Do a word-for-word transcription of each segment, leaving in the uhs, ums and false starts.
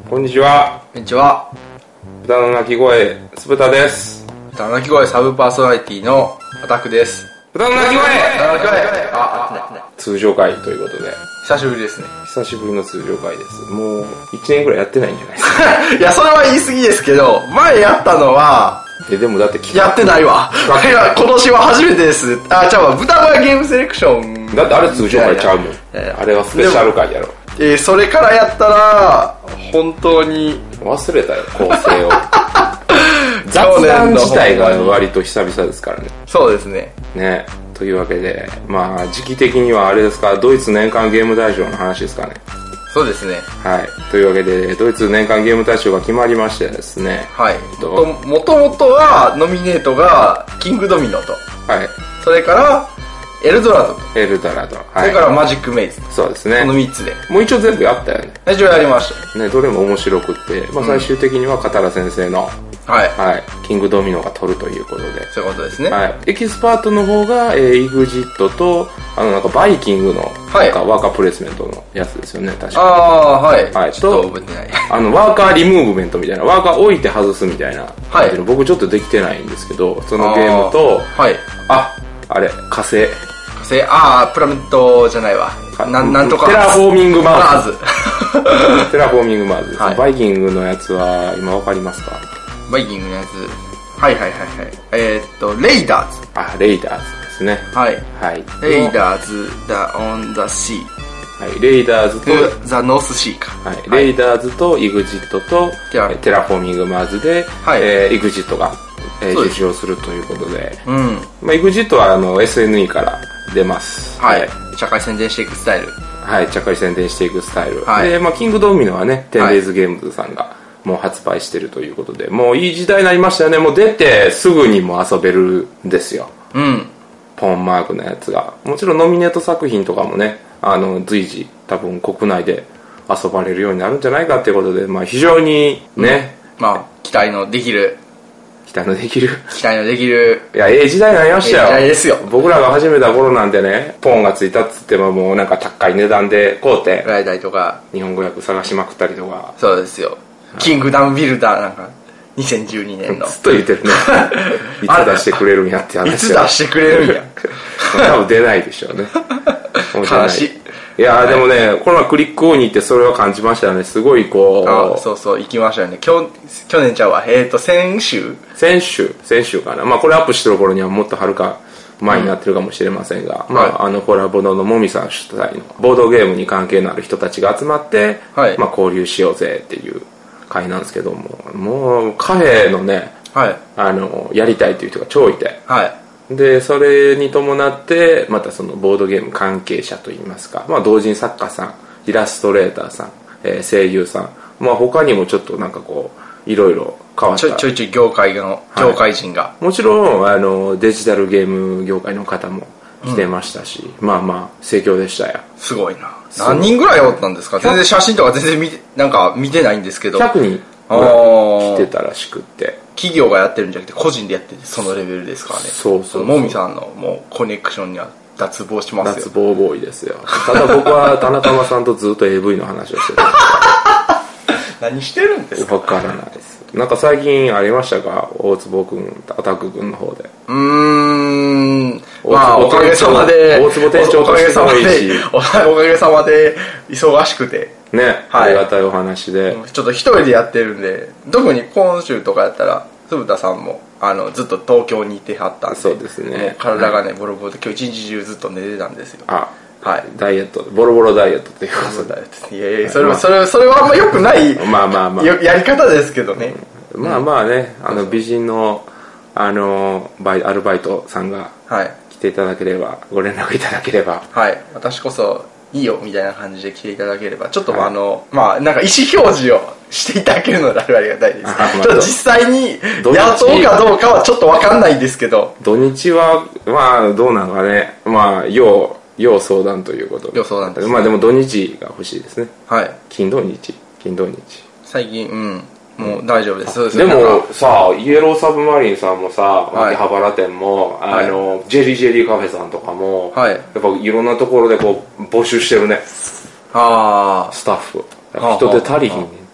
こんにちは。 こんにちは。 豚の鳴き声、酢豚です。 豚の鳴き声サブパーソナリティのアタックです。 豚の鳴き声豚の鳴き声あ、あ、ないない。 通常回ということで。 久しぶりですね。 久しぶりの通常回です。もう、いちねんぐらいやってないんじゃないですか。 いや、それは言い過ぎですけど、前やったのは、 え、でもだってやってないわ。いや、今年は初めてです。あ、ちゃうわ、豚小屋ゲームセレクション。 だってあれ通常回ちゃうもん。あれはスペシャル回やろ。 えー、それからやったら、本当に。 忘れたよ、構成を。雑談自体が割と久々ですからね。 そうですね。 ね。というわけで、まあ、時期的にはあれですか、ドイツ年間ゲーム大賞の話ですかね。 そうですね。 はい。というわけで、ドイツ年間ゲーム大賞が決まりましてですね。 はい。と、もともとは、ノミネートが、キングドミノと。 はい。 それから、エルドラドと。 エルドラド。 はい。それからマジックメイズ。 そうですね。 このみっつで。 もう一応全部やったよね。 一応やりましたね。どれも面白くって、まあ最終的にはカタラ先生の、 はい。 はい。キングドミノが取るということで。 そういうことですね。 はい。エキスパートの方が、えー、イグジットと、あの、なんかバイキングの、なんかワーカープレイスメントのやつですよね、確かに。 ああ、はい。 はい。 ちょっと覚えてない。 あの、ワーカーリムーブメントみたいな、ワーカー置いて外すみたいな。はい。僕ちょっとできてないんですけど、そのゲームと、 はい。 あ、あれ、火星。 火星、ああ、プラネットじゃないわ。な、なんとか。 テラフォーミングマーズ。 テラフォーミングマーズ。 はい、 バイキングのやつは、今わかりますか？ バイキングのやつ。はいはいはいはい。えー、っと、レイダーズ。 あ、レイダーズですね。 はい。 はい。 レイダーズ、The on the Sea。 はい。レイダーズと、 ザ・ノースシーか。 はい。レイダーズとイグジットと、テラフォーミングマーズで、はい。えー、イグジットが、えー、受賞するということで。うん。まあ、イグジットは、あの、エスエヌイー から出ます。 はい。社会宣伝していくスタイル。 はい。社会宣伝していくスタイル。はい。で、まあ、キングドミノはね、テンデイズゲームズさんが、もう発売してるということで、もういい時代になりましたよね。もう出てすぐにも遊べるんですよ。うん。ポンマークのやつが。もちろんノミネート作品とかもね、あの、随時多分国内で遊ばれるようになるんじゃないかっていうことで、まあ非常にね。 うん、まあ、期待のできる。 期待のできる。 期待のできる。 いや、ええ時代になりましたよ。 ええ時代ですよ。 僕らが始めた頃なんてね、ポンがついたっつってももうなんか高い値段で買うて。 売られたりとか。 日本語訳探しまくったりとか。 そうですよ。キングダムビルダーなんかにせんじゅうにねんのずっと言ってるね。いつ出してくれるんやって話。 いつ出してくれるんや。 多分出ないでしょうね。 悲しい。 いやー、はい、でもね、このクリックオンに行ってそれは感じましたね。すごいこう。あ、そうそう、行きましたよね。今日、去年ちゃうわ。えっと、先週先週、先週かな。まあこれアップしてる頃にはもっとはるか前になってるかもしれませんが、うん、まあ、はい、あの、コラボのもみさん主催のボードゲームに関係のある人たちが集まって、はい、まあ交流しようぜっていう会なんですけども、もうカフェのね、はい、あの、やりたいという人が超いて、はい、で、それに伴って、またそのボードゲーム関係者といいますか、まあ同人作家さん、イラストレーターさん、えー、声優さん、まあ他にもちょっとなんかこう、いろいろ変わった。 ちょいちょいちょい業界の、業界人が。 はい、もちろん、あの、デジタルゲーム業界の方も来てましたし、うん、まあまあ、盛況でしたよ。 すごいな。何人ぐらいおったんですか？全然写真とか全然見て、なんか見てないんですけど。 ひゃくにん来てたらしくって。 企業がやってるんじゃなくて個人でやっててそのレベルですからね。 そうそうそう。 もみさんのもうコネクションには脱帽しますよ。 脱帽ボーイですよ。ただ僕は田中さんとずっと エーブイ の話をしてる。 何してるんですか？ わからないです。なんか最近ありましたか？大坪くん、アタックくんの方で。 うーん。まあおかげさまで、 大坪店長としてもいいし、 おかげさまで忙しくて。 ね、はい、ありがたいお話で。 ちょっと一人でやってるんで、特に今週とかやったら、つぶたさんもあのずっと東京にいてはったんで、 そうですね。 体がね、ボロボロで今日一日中ずっと寝てたんですよ。 あ、はい。ダイエット、ボロボロダイエットっていうか、 そうダイエット。いやいや、それは、それは、それはあんま良くない、 まあまあまあ。 やり方ですけどね。 まあまあね、あの、美人の、あの、バイ、アルバイトさんが、はい。来ていただければ、ご連絡いただければ。 はい。私こそ、いいよ、みたいな感じで来ていただければ、ちょっとあの、まあ、なんか意思表示をしていただけるのでありがたいです。ちょっと実際に、雇うかどうかはちょっとわかんないんですけど。 土日は、まあ、どうなのかね。まあ、要、要相談ということで。 要相談です、ね。 まあでも土日が欲しいですね。 はい。 金土日。金土日。 最近、うん。もう大丈夫です。 うん、でもさ、イエローサブマリンさんもさ、秋葉原店も、あの、はい、ジェリージェリーカフェさんとかも、はい、やっぱいろんなところでこう、募集してるね。 ああ。 スタッフ。人手足りひんねんって。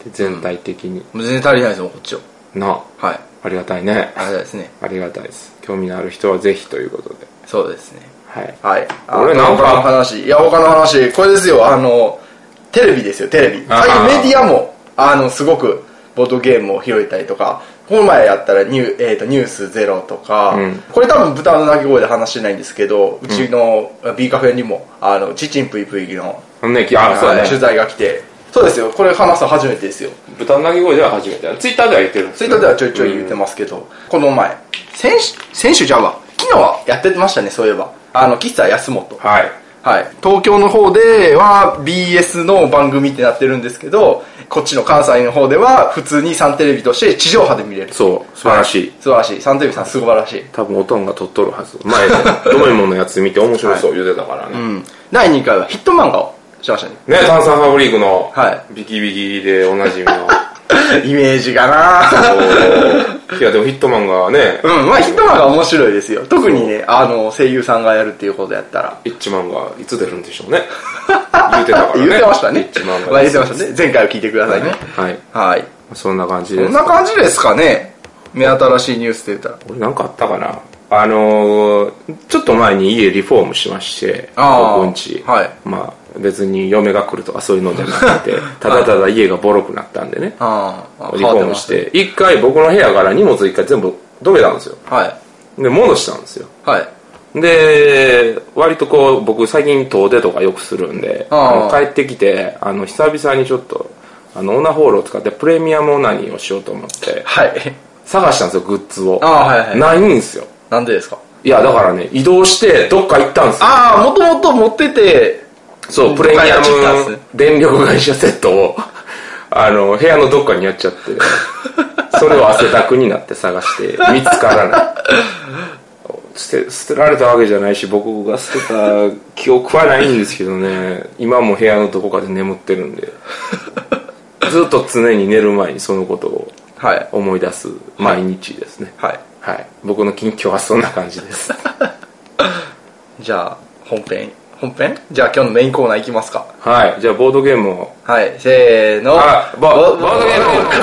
全体的に、 うん、全然足りないですもんこっちはなあ、はい、ありがたいね。 ありがたいですね。 ありがたいです。興味のある人はぜひということで。 そうですね。 はい。 はい。 俺なんか他の話、いや他の話これですよ。あのテレビですよテレビ。最近メディアもあのすごくボードゲームを広げたりとか。この前やったらニュー、えー、とニュースゼロとか、うん、これ多分豚の鳴き声で話してないんですけど、うちの B カフェにもあのチチンプイプイの、 ね、あそうね、 取材が来て、そうですよ、これ話すの初めてですよ。 豚の鳴き声では初めて。ツイッターでは言ってるんですツイッターではちょいちょい言ってますけど、うん、この前先週先週じゃうわ昨日はやってましたね。そういえばあの喫茶安本、 はいはい、東京の方では ビーエス の番組ってなってるんですけど、こっちの関西の方では普通にサンテレビとして地上波で見れる。 そう素晴らしい、 はい、素晴らしい。サンテレビさん素晴らしい。 多分おとんが撮っとるはず。前ねドメモのやつ見て面白そう言うてたからね、はい、うん、 だいにかいはヒット漫画をしましたね。 ね、炭酸ファブリークのビキビキでおなじみの、はい、 イメージかないやでもヒットマンがね、 うん、まあヒットマンが面白いですよ。特にね、あの声優さんがやるっていうことやったらイッチマンがいつ出るんでしょうね言ってたからね。 言ってましたね。 イッチマンが言ってましたね。前回を聞いてくださいね。 はいはい、 そんな感じです。 そんな感じですかね。目新しいニュースって言ったら俺なんかあったかな。あのー、ちょっと前に家リフォームしまして、僕んち、はい、まあ別に嫁が来るとかそういうのじゃなくてただただ家がボロくなったんでね、はい、リフォームして一回僕の部屋から荷物一回全部どけたんですよ、はい、で戻したんですよ、はい、で割とこう僕最近遠出とかよくするんで、あの帰ってきてあの久々にちょっとあのオナホールを使ってプレミアムオナニーをしようと思って、はい、探したんですよグッズを。あ、はいはい、ないんですよ。 なんでですか。 いやだからね移動してどっか行ったんですよ。 ああ、もともと持ってて、 そうプレミアム電力会社セットをあの部屋のどっかにやっちゃってそれを汗だくになって探して見つからない捨て、捨てられたわけじゃないし僕が捨てた記憶はないんですけどね、今も部屋のどこかで眠ってるんでずっと常に寝る前にそのことを思い出す毎日ですね。はい、はいはい、僕の近況はそんな感じですじゃあ本編本編じゃあ今日のメインコーナーいきますか。 はい、じゃあボードゲームを、 はい、せーの、 あボ, ボードゲームを語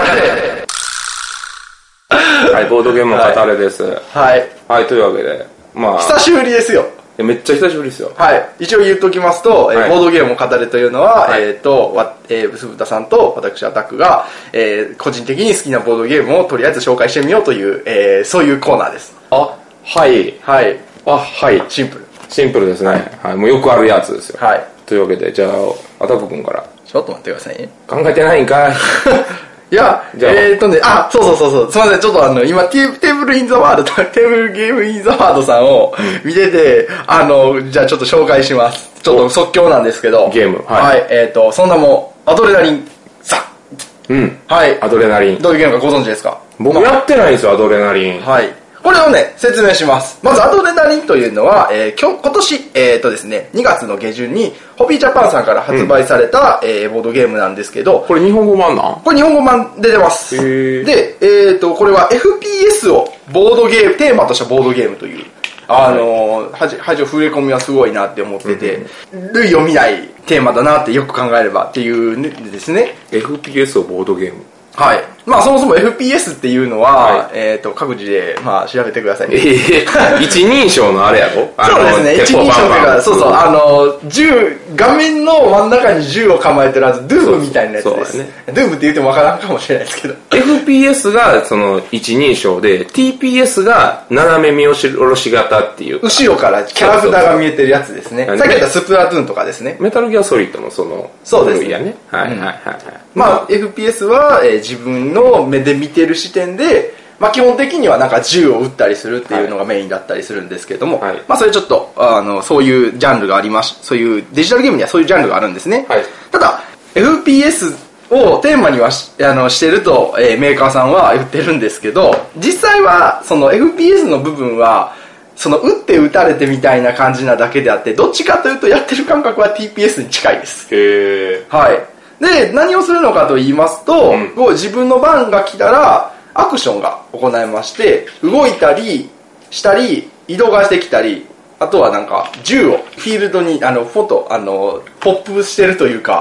れはい、ボードゲームを語れです。はい、はい、というわけでまあ久しぶりですよ。 めっちゃ久しぶりですよ。 はい、一応言っときますと、はい、ボードゲームを語れというのは、はい、えっ、ー、と、えー、ブスブタさんと私アタックが、えー、個人的に好きなボードゲームをとりあえず紹介してみようという、えー、そういうコーナーです。 あ、はいはいあ、はいシンプルシンプルですね、はいはい、もうよくあるやつですよ。はい、というわけでじゃあアタック君から。 ちょっと待ってくださいね。 考えてないんかいいや、えーっとね、あ、そうそうそうそう、すみません、ちょっとあの、今、テーブルインザワールド、テーブルゲームインザワールドさんを見てて、うん、あの、じゃあちょっと紹介します。ちょっと即興なんですけど。 ゲーム、 はい。はい、えーっと、そんなもん、アドレナリンさん。 うん。はい。アドレナリン。 どういうゲームかご存知ですか？ 僕やってないんですよ、アドレナリン。 はい。これをね、説明します。まず、アドレナリンというのは、えー、今日、今年、えーっとですね、にがつの下旬に、ホビージャパンさんから発売された、うん、えー、ボードゲームなんですけど。 これ日本語版なん？ これ日本語版で出ます。で、えーっと、これは エフピーエス をボードゲーム、テーマとしたボードゲームという、あのー、はじ、はじ、触れ込みはすごいなって思ってて、類を見ないテーマだなってよく考えればっていうですね。 エフピーエス をボードゲーム。 はい。まあそもそも エフピーエス っていうのは、はい、えっ、ー、と、各自で、まあ調べてくださいね。えー、一人称のあれやろそうですね、一人称というか、そうそう、あの、銃、画面の真ん中に銃を構えてるはず、ドゥームみたいなやつです。そうね、ドゥームって言ってもわからんかもしれないですけど。 エフピーエス がその一人称で、ティーピーエス が斜め見下ろし型っていう。 後ろからキャラ札が見えてるやつですね。さっき言ったスプラトゥーンとかですね。 メタルギアソリッドのその、 そうですね。 ねはいはいはい、はい。 まあ エフピーエス は、えー、自分の目で見てる視点で、まあ基本的にはなんか銃を撃ったりするっていうのがメインだったりするんですけども、はい、まあそれちょっと、あの、そういうジャンルがあります。そういうデジタルゲームにはそういうジャンルがあるんですね。はい、ただ、エフピーエス をテーマにはしあのしてると、えー、メーカーさんは言ってるんですけど、実際はその エフピーエス の部分は、その撃って撃たれてみたいな感じなだけであって、どっちかというとやってる感覚は ティーピーエス に近いです。へー。はい。で、何をするのかと言いますと、うん、こう自分の番が来たら、アクションが行えまして、動いたりしたり、移動がしてきたり、あとはなんか銃をフィールドに、あの、フォト、あの、ポップしてるというか、うん、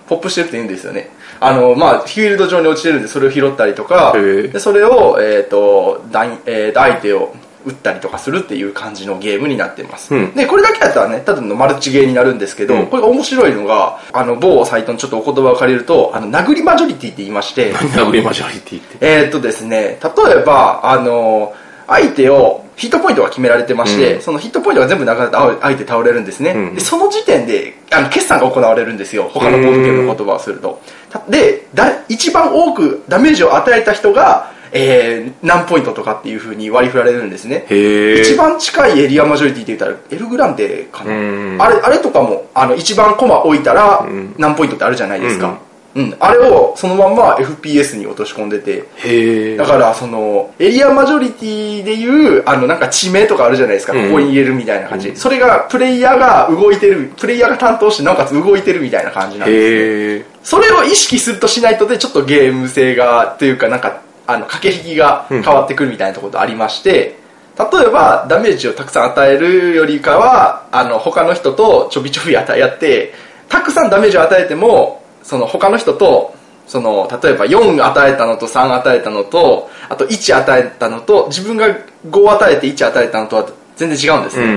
ポップしてるって言うんですよね。あの、まあ、フィールド上に落ちてるんで、それを拾ったりとか、でそれを、えっ、ー、と、えー、相手を撃ったりとかするっていう感じのゲームになってます。うん、で、これだけだったらね、ただのマルチゲーになるんですけど、うん、これが面白いのが、あの、某サイトのちょっとお言葉を借りると、あの、殴りマジョリティって言いまして、 何殴りマジョリティってえっとですね、例えば、あの、相手を、ヒットポイントが決められてまして、うん、そのヒットポイントが全部なくなって相手倒れるんですね。うん、でその時点で、あの、決算が行われるんですよ。他のボードゲームの言葉をすると。で、だ、一番多くダメージを与えた人が、えー、何ポイントとかっていう風に割り振られるんですね。一番近いエリアマジョリティって言ったらエルグランデかな。あれ、あれとかも、あの、一番コマ置いたら何ポイントってあるじゃないですか。うん、うん、あれをそのまんま エフピーエス に落とし込んでて。 へだから、その、エリアマジョリティでいう、あの、なんか地名とかあるじゃないですか。ここに入れるみたいな感じ。うん、それが、プレイヤーが動いてる、プレイヤーが担当して、なおかつ動いてるみたいな感じなんですね。それを意識するとしないとで、ちょっとゲーム性が、というかなんか、あの、駆け引きが変わってくるみたいなところありまして、うん、例えば、ダメージをたくさん与えるよりかは、あの、他の人とちょびちょび与え合って、たくさんダメージを与えても、その他の人と、その、例えばよん与えたのとさん与えたのと、あといち与えたのと、自分がご与えていち与えたのとは全然違うんですね。うん、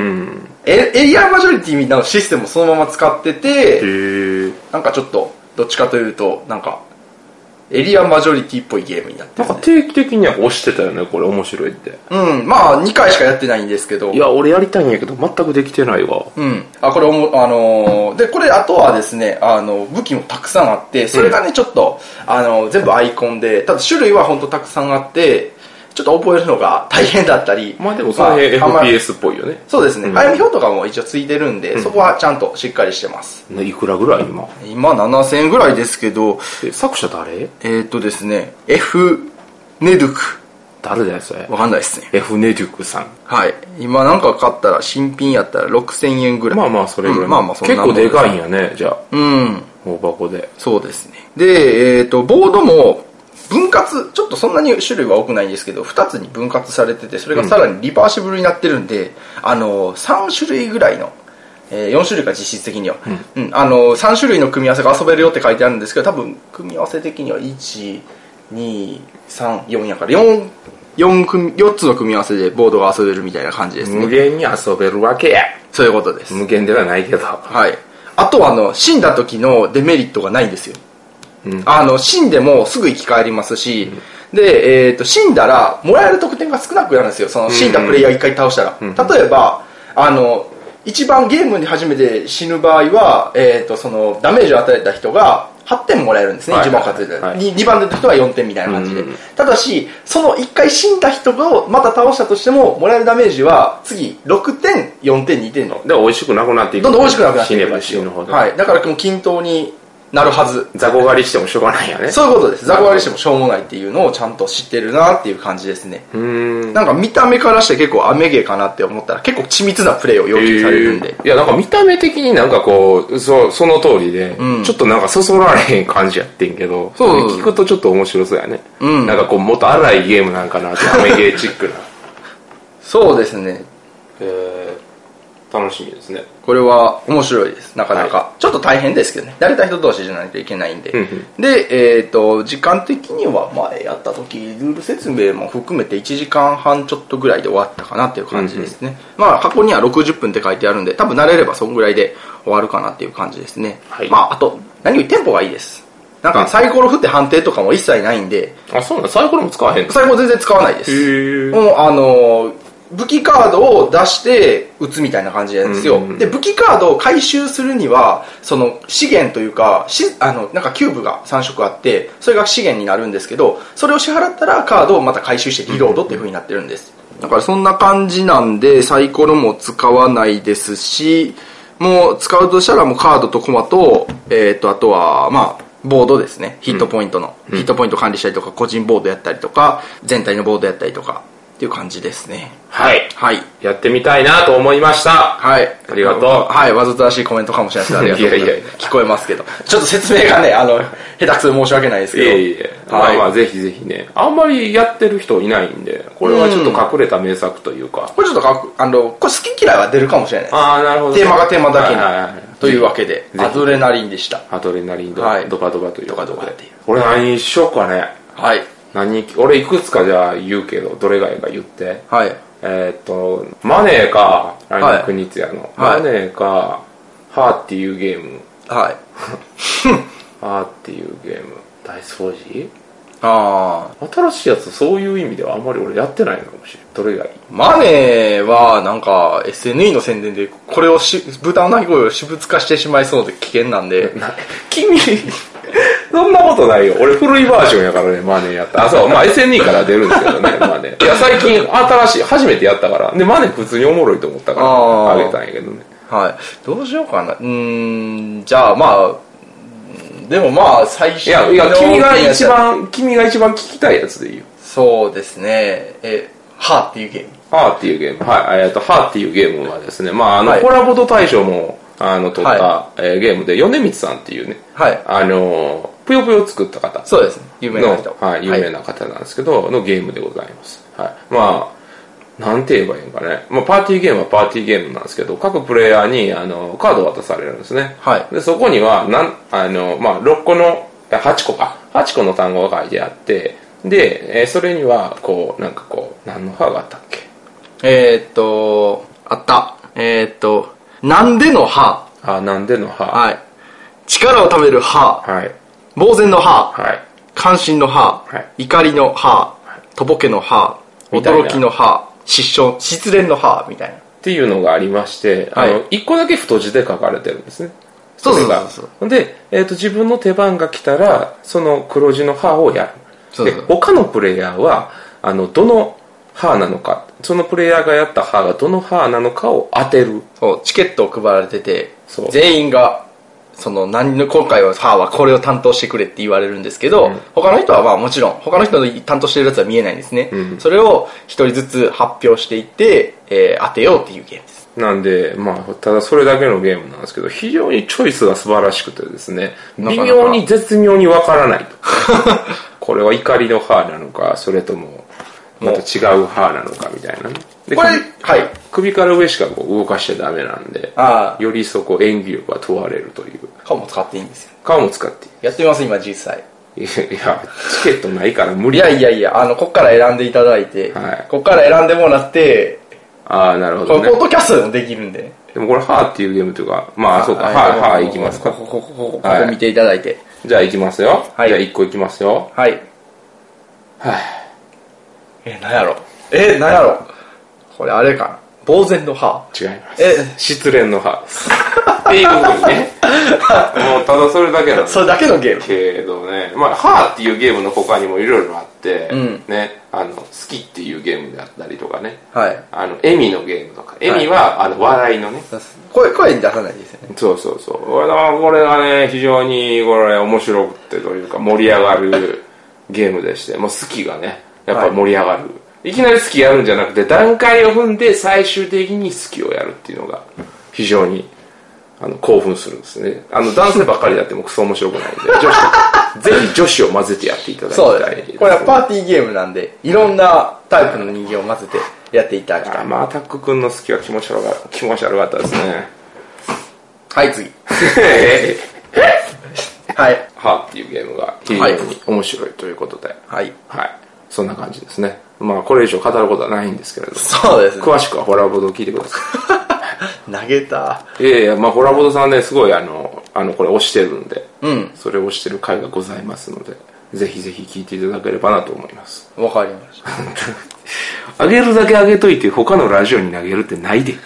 エリアマジョリティみたいなシステムをそのまま使ってて、なんかちょっと、どっちかというと、なんか、エリアマジョリティっぽいゲームになってる、ね、 なんか定期的には押してたよね、これ面白いって。 うん、まあにかいしかやってないんですけど。 いや、俺やりたいんやけど、全くできてないわ。 うん。あ、これおも、あのー、で、これ、あとはですね、あの、武器もたくさんあって、それがね、うん、ちょっと、あの、全部アイコンで、ただ種類はほんとたくさんあって、ちょっと覚えるのが大変だったり。 まあでもその辺 エフピーエス っぽいよね。 そうですね。歩み表とかも一応ついてるんで、うん、そこはちゃんとしっかりしてます。 いくらぐらい今今ななせんえんぐらいですけど。 作者誰？ えー、っとですね、F ネドゥク。 誰だよそれ。 わかんないですね。 F ネドゥクさん。 はい。今なんか買ったら、新品やったらろくせんえんぐらい。 まあまあそれぐらい。 うん、まあまあそんなもん。結構でかいんやね、じゃあ。 うん。 大箱で。 そうですね。で、えー、っと、ボードも、分割、ちょっとそんなに種類は多くないんですけど、ふたつに分割されてて、それがさらにリバーシブルになってるんで、うん、あの、さん種類ぐらいの、えー、よん種類か実質的には、うん、うん、あの、さん種類の組み合わせが遊べるよって書いてあるんですけど、多分、組み合わせ的には、いち、に、さん、よんやから、よん、よん組、よっつの組み合わせでボードが遊べるみたいな感じですね。 無限に遊べるわけや。 そういうことです。 無限ではないけど。 はい。あとは、あの、死んだ時のデメリットがないんですよ。うん、あの、死んでもすぐ生き返りますし、うんで、えっと、死んだら、もらえる得点が少なくなるんですよ。その死んだプレイヤー一回倒したら。うんうん、例えば、あの、一番ゲームに初めて死ぬ場合は、えっと、その、ダメージを与えた人がはってんもらえるんですね。はい、いちばん勝つ、はい、にばん出た人はよんてんみたいな感じで。うんうん、ただし、その一回死んだ人をまた倒したとしても、もらえるダメージは、次、ろくてん、よんてん、にてんの。 で、美味しくなくなっていく。 どんどん美味しくなくなっていく。 死ねば死ぬほど。 はい。だからもう均等に、なるはず。 雑魚狩りしてもしょうがないよね。 そういうことです。雑魚狩りしてもしょうもないっていうのをちゃんと知ってるなっていう感じですね。うーん。なんか見た目からして結構アメゲーかなって思ったら結構緻密なプレイを要求されるんで。 いやなんか見た目的になんかこう、そ, その通りで、うん、ちょっとなんかそそられへん感じやってんけど、そうそうそう聞くとちょっと面白そうやね。うん。なんかこうもっと荒いゲームなんかなって、アメゲーチックな。 そうですね。 えー楽しみですね。 これは面白いです。なかなか。はい、ちょっと大変ですけどね。やりたい人同士じゃないといけないんで。うんうん、で、えっと、時間的には前やった時、ルール説明も含めていちじかんはんちょっとぐらいで終わったかなっていう感じですね。うんうん、まあ、箱にはろくじゅっぷんって書いてあるんで、多分慣れればそんぐらいで終わるかなっていう感じですね。はい、まあ、あと、何よりテンポがいいです。なんかサイコロ振って判定とかも一切ないんで。 あ、そうなんサイコロも使わへんの？ サイコロ全然使わないです。へもう、あのー、武器カードを出して撃つみたいな感じなんですよ、うんうんうん、で武器カードを回収するにはその資源というかしあのなんかキューブがさん色あってそれが資源になるんですけどそれを支払ったらカードをまた回収してリロードっていう風になってるんです、だからそんな感じなんでサイコロも使わないですしもう使うとしたらもうカードとコマと、えー、とあとはまあボードですねヒットポイントの、うん、ヒットポイント管理したりとか個人ボードやったりとか全体のボードやったりとかっていう感じですね。 はい。はい。やってみたいなと思いました。 はい。 ありがとう。 はい。わざとらしいコメントかもしれないですけど、ありがとうございます。いやいや聞こえますけど。ちょっと説明がね、あの、下手くそで申し訳ないですけど。いえいえ。 はい。まあまあ、ぜひぜひね。あんまりやってる人いないんで、これはちょっと隠れた名作というか。 これちょっとかく、あの、これ好き嫌いは出るかもしれないです。 ああ、なるほど。 テーマがテーマだけに。はいはいはい。 というわけで、アドレナリンでした。 アドレナリンド、 はい、 ドバドバというドバドバっていう。 俺何しようかね。 はい。 何、俺いくつかじゃあ言うけど、どれがいいか言って。 はい。 えっと、マネーか、ラインクニツヤの。はい、マネーか、ハーっていうゲーム。 はい。 ハーっていうゲーム。ダイスフォージー？ ああ。 新しいやつ、そういう意味ではあんまり俺やってないのかもしれない。どれがいい？ マネーは、なんか、エスエヌイー の宣伝で、これをし、豚の鳴き声を私物化してしまいそうで危険なんで。 君、そんなことないよ。俺古いバージョンやからね、マネーやった。あ、そう、まあ エスエヌイー から出るんですけどね、マネー。いや、最近新しい、初めてやったから。で、マネー普通におもろいと思ったから、あげたんやけどね。 はい。どうしようかな。うーん、じゃあまあ、でもまあ最初いやいや君が一番君が一番聞きたいやつでいいよ。 そうですね。えハーっていうゲーム。 ハーっていうゲーム。はい。えっとハーっていうゲームはですね、まああの、はい、コラボド大賞もあの取った、はい、えー、ゲームで米光さんっていうね、 はい、 あのぷよぷよを作った方。 そうですね。有名な人。 はい。有名な方なんですけど、はい、のゲームでございます。はい。まあ。なんて言えばいいのかね。まあ、パーティーゲームはパーティーゲームなんですけど、各プレイヤーに、あの、カードを渡されるんですね。 はい。 で、そこには、なん、あの、まあ、ろっこの、はちこか。はちこの単語が書いてあって、で、えー、それには、こう、なんかこう、何の歯があったっけ？ えー、っと、あった。えー、っと、なんでの歯。 あ、なんでの歯。 はい。力を食べる歯。 はい。 呆然の歯。 はい。 関心の歯。 はい。 怒りの歯。はい、とぼけの歯。驚きの歯。失笑、失恋の歯みたいな。 っていうのがありまして、はい、あの、一個だけ太字で書かれてるんですね。 そうそうそうそう。 で、えっと、自分の手番が来たら、その黒字の歯をやる。 そうそう。 で、他のプレイヤーは、あの、どの歯なのか、そのプレイヤーがやった歯がどの歯なのかを当てる。 そう、チケットを配られてて、全員が、その何の今回は歯はこれを担当してくれって言われるんですけど、うん、他の人はまあもちろん他の人の担当してるやつは見えないんですね、うん、それを一人ずつ発表していって、えー、当てようっていうゲームです。 なんでまあただそれだけのゲームなんですけど、非常にチョイスが素晴らしくてですね、微妙に絶妙にわからないとこれは怒りの歯なのか、それともまた違う歯なのかみたいなね。 でこれ、はい。 首から上しかこう動かしちゃダメなんで、 あよりそこ演技力が問われるという。 顔も使っていいんですよ。 顔も使っていい。 やってみます今実際。 いや、チケットないから無理。 いやいやいや、あの、こっから選んでいただいて、 はい、 こっから選んでもらって、 ああ、なるほどね。 これポッドキャストでもできるんで。 でもこれ、ハーっていうゲームというか、まあ、そうか、ハー、ハーいきますか。 ここ、ここ、ここ、ここ見ていただいて。 じゃあいきますよ。 はい。 じゃあいっこいきますよ。 はい。 はい。 え、なんやろえ、なんやろこれあれかな、呆然の歯。 違います。え、失恋の歯です。っていうふうにね。もうただそれだけなんです。 それだけのゲーム。 けどね、まあ、歯っていうゲームの他にもいろいろあって、 うん、 ね、あの、好きっていうゲームであったりとかね。 はい。 あの、笑みのゲームとか。笑みは、はい、あの、笑いのね。 声、声に出さないですよね。 そうそうそう。これがね、非常にこれ面白くてというか盛り上がるゲームでして、もう好きがね、やっぱり盛り上がる。はい、いきなり好きやるんじゃなくて、段階を踏んで最終的に好きをやるっていうのが非常にあの興奮するんですね。あの男性ばっかりやってもクソ面白くないんで、女子ぜひ女子を混ぜてやっていただきたい。 そうですね。これはパーティーゲームなんで、いろんなタイプの人間を混ぜてやっていただきたい。 まあタック君の好きは気持ち悪かった、気持ち悪かったですね。 はい、次。はい。 ハーっていうゲームが非常に面白いということで、 はい。 はい。そんな感じですね。まあこれ以上語ることはないんですけれども。 そうですね。 詳しくはホラボドを聞いてください。投げた。 いやいや、まあホラボドさんね、すごいあの、あの、これ押してるんで、 うん。 それを押してる回がございますので、ぜひぜひ聞いていただければなと思います。 わかりました。 あげるだけあげといて、他のラジオに投げるってないで。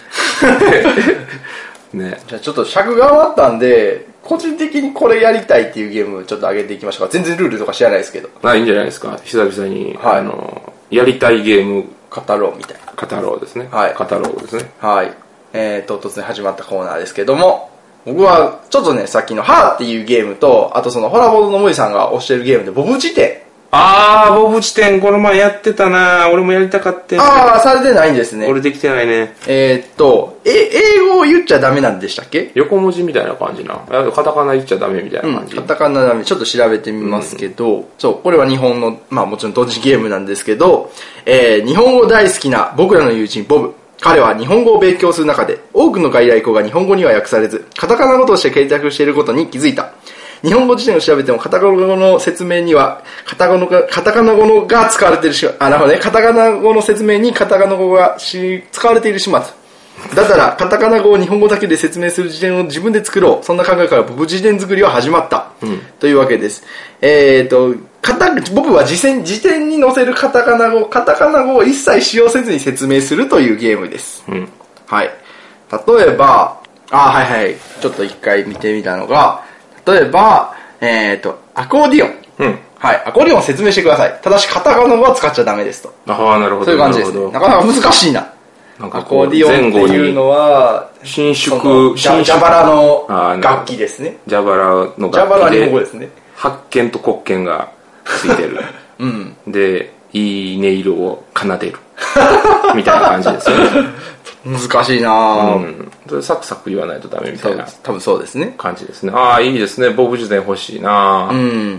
ね。 じゃあちょっと尺が余ったんで、個人的にこれやりたいっていうゲームちょっと上げていきましょうか。全然ルールとか知らないですけど。 あ、いいんじゃないですか。久々に、 はい、 あの、やりたいゲーム。 語ろうみたいな。 語ろうですね。 はい。 語ろうですね。 はい。えーと、突然始まったコーナーですけども、僕はちょっとね、さっきのハーっていうゲームと、あとそのホラボードの森さんが推してるゲームでボブ辞典。 あー、ボブ辞典この前やってたな。俺もやりたかった。 あー、されてないんですね。 俺できてないね。 えーっと、え、英語を言っちゃダメなんでしたっけ？ 横文字みたいな感じな。カタカナ言っちゃダメみたいな感じ。 うん、カタカナダメ。ちょっと調べてみますけど、うん、そう、これは日本の、まあもちろん同時ゲームなんですけど、えー、日本語大好きな僕らの友人ボブ。 彼は日本語を勉強する中で、多くの外来語が日本語には訳されず、カタカナ語として検索していることに気づいた。日本語辞典を調べてもカタカナ語の説明には、カタカナ語が、カタカナ語のが使われているし、あ、なるほどね。カタカナ語の説明にカタカナ語がし使われている始末。だったら、カタカナ語を日本語だけで説明する辞典を自分で作ろう。そんな考えから僕辞典作りは始まった。うん、というわけです。えっと、カタ僕は辞典、辞典に載せるカタカナ語、カタカナ語を一切使用せずに説明するというゲームです。うん、はい。例えば、あ、はいはい。ちょっと一回見てみたのが、例えば、えっと、アコーディオン。うん。はい。アコーディオンを説明してください。ただし、カタカナ語は使っちゃダメですと。 ああ、なるほど。 そういう感じですね。なかなか難しいな。なんかアコーディオンっていうのは、 伸縮、 ジャバラの楽器ですね。 ジャバラの楽器で。 ジャバラ日本語ですね。 発見と黒鍵がついてる。うん。で、いい音色を奏でる。みたいな感じですよね。 難しいなぁ。うん。 それサクサク言わないとダメみたいな。 多分そうですね。 感じですね。ああ、いいですね。ボブ辞典欲しいなぁ。うん。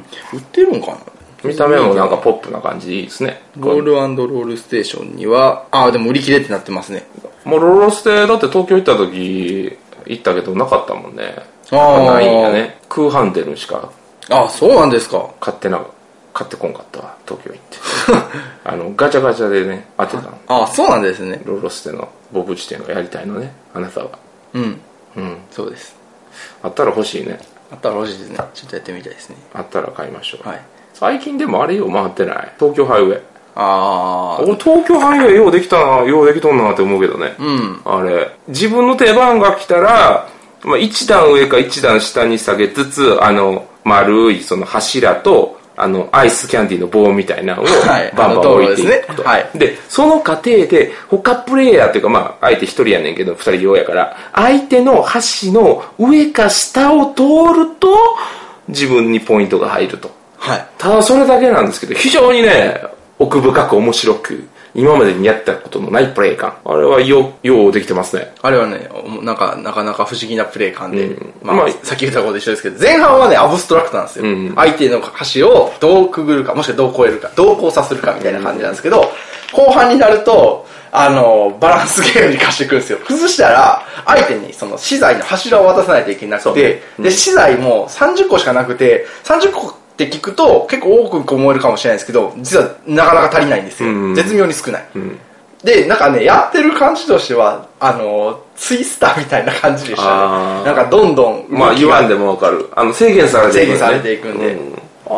売ってるんかな。 見た目もなんかポップな感じでいいですね。 ロール&ロールステーションには、ああ、でも売り切れってなってますね。 もうロールステだって東京行った時、行ったけどなかったもんね。ああ。ないんやね。空販店しか。 ああ、そうなんですか。 買ってな、買ってこんかったわ、東京行って。あの、ガチャガチャでね、当てたの。 ああ、そうなんですね。 ロールステのボブ辞典がやりたいのね、あなたは。 うん。うん、そうです。 あったら欲しいね。 あったら欲しいですね。ちょっとやってみたいですね。 あったら買いましょう。 はい。 最近でもあれよ、回ってない。東京ハイウェイ。 ああ。 俺東京ハイウェイようできたな、ようできとんなって思うけどね。うん。あれ。自分の出番が来たら、まあ、一段上か一段下に下げつつ、あの、丸いその柱と、あの、アイスキャンディーの棒みたいなのをバンバン置いていくと。はい、で、その過程で、他プレイヤーっていうか、まあ、相手一人やねんけど、二人用やから、相手の橋の上か下を通ると、自分にポイントが入ると。はい。ただそれだけなんですけど、非常にね、奥深く面白く、今までにやったことのないプレイ感。あれはよ、ようできてますね。 あれはね、なんか、なかなか不思議なプレイ感で。うん、まあ、まあ、さっき言ったこと一緒ですけど、前半はね、アブストラクトなんですよ。うん、相手の橋をどうくぐるか、もしくはどう越えるか、どう交差するかみたいな感じなんですけど、後半になると、あの、バランスゲームに貸してくるんですよ。崩したら、相手にその資材の柱を渡さないといけなくて、うん、で、資材もさんじゅっこしかなくて、さんじゅっこって聞くと結構多く思えるかもしれないですけど、実はなかなか足りないんですよ。うん、絶妙に少ない。うんで、なんかね、やってる感じとしては、あの、ツイスターみたいな感じでしたね。なんかどんどん。 まあ言わんでもわかる。あの、制限されていく、 ね。制限されていくんで。うん、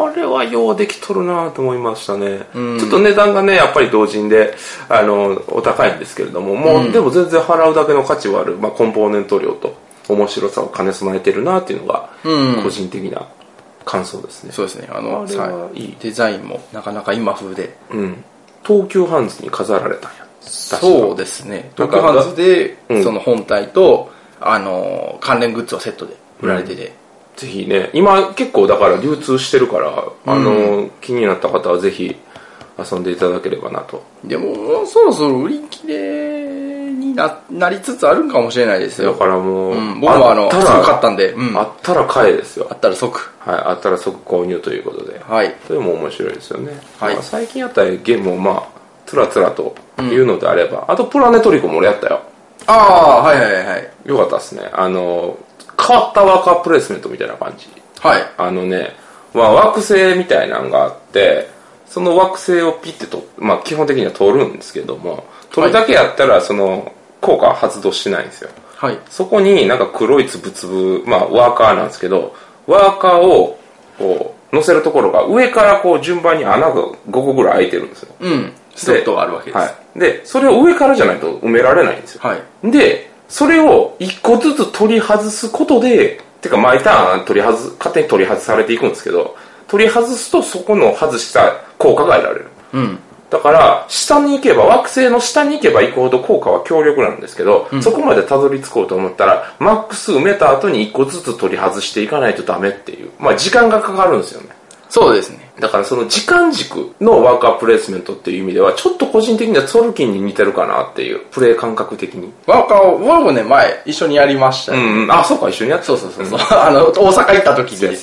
あれはようできとるなと思いましたね。うん、ちょっと値段がね、やっぱり同人で、あの、お高いんですけれども、もう、うん、でも全然払うだけの価値はある、まあコンポーネント量と面白さを兼ね備えてるなっていうのが、個人的な感想ですね。 そうですね。あの、あれはいい。デザインもなかなか今風で。 うん。東急ハンズに飾られたんや。 そうですね。東急ハンズで、その本体と、うん、あの、関連グッズをセットで売られてて。うん、 ぜひね、今結構だから流通してるから、あの、うん、気になった方はぜひ遊んでいただければなと。 でも、もうそろそろ売り切れに な, なりつつあるんかもしれないですよ。 だからもう、うん、 僕もあの、すぐ買ったんで、 うん、あったら買えですよ。 あったら即。 はい、あったら即購入ということで。はい。それも面白いですよね。はい。まあ、最近やったらゲームもまあ、つらつらというのであれば、うん、あとプラネトリコも俺やったよ。 ああ、はいはいはい。 よかったですね。あの、変わったワーカープレイスメントみたいな感じ。はい。あのね、まあ惑星みたいなのがあって、その惑星をピッてと、まあ基本的には通るんですけども、取るだけやったらその効果は発動しないんですよ。はい。そこになんか黒いつぶつぶ、まあワーカーなんですけど、ワーカーをこう乗せるところが上からこう順番に穴がごこぐらい開いてるんですよ。うん。スロットがあるわけです。はい。で、それを上からじゃないと埋められないんですよ。はい。で、それを一個ずつ取り外すことで、てか毎ターン取り外す、勝手に取り外されていくんですけど、取り外すとそこの外した効果が得られる。うん。だから、下に行けば、惑星の下に行けば行くほど効果は強力なんですけど、うん、そこまでたどり着こうと思ったら、マックス埋めた後に一個ずつ取り外していかないとダメっていう。まあ時間がかかるんですよね。 そうですね。 だからその時間軸のワーカープレイスメントっていう意味では、ちょっと個人的にはツォルキンに似てるかなっていう、プレイ感覚的に。 ワーカーを、僕もね、前一緒にやりましたね。 うん、あ、そうか、一緒にやってそうそうそうそう。あの、大阪行った時ですよ。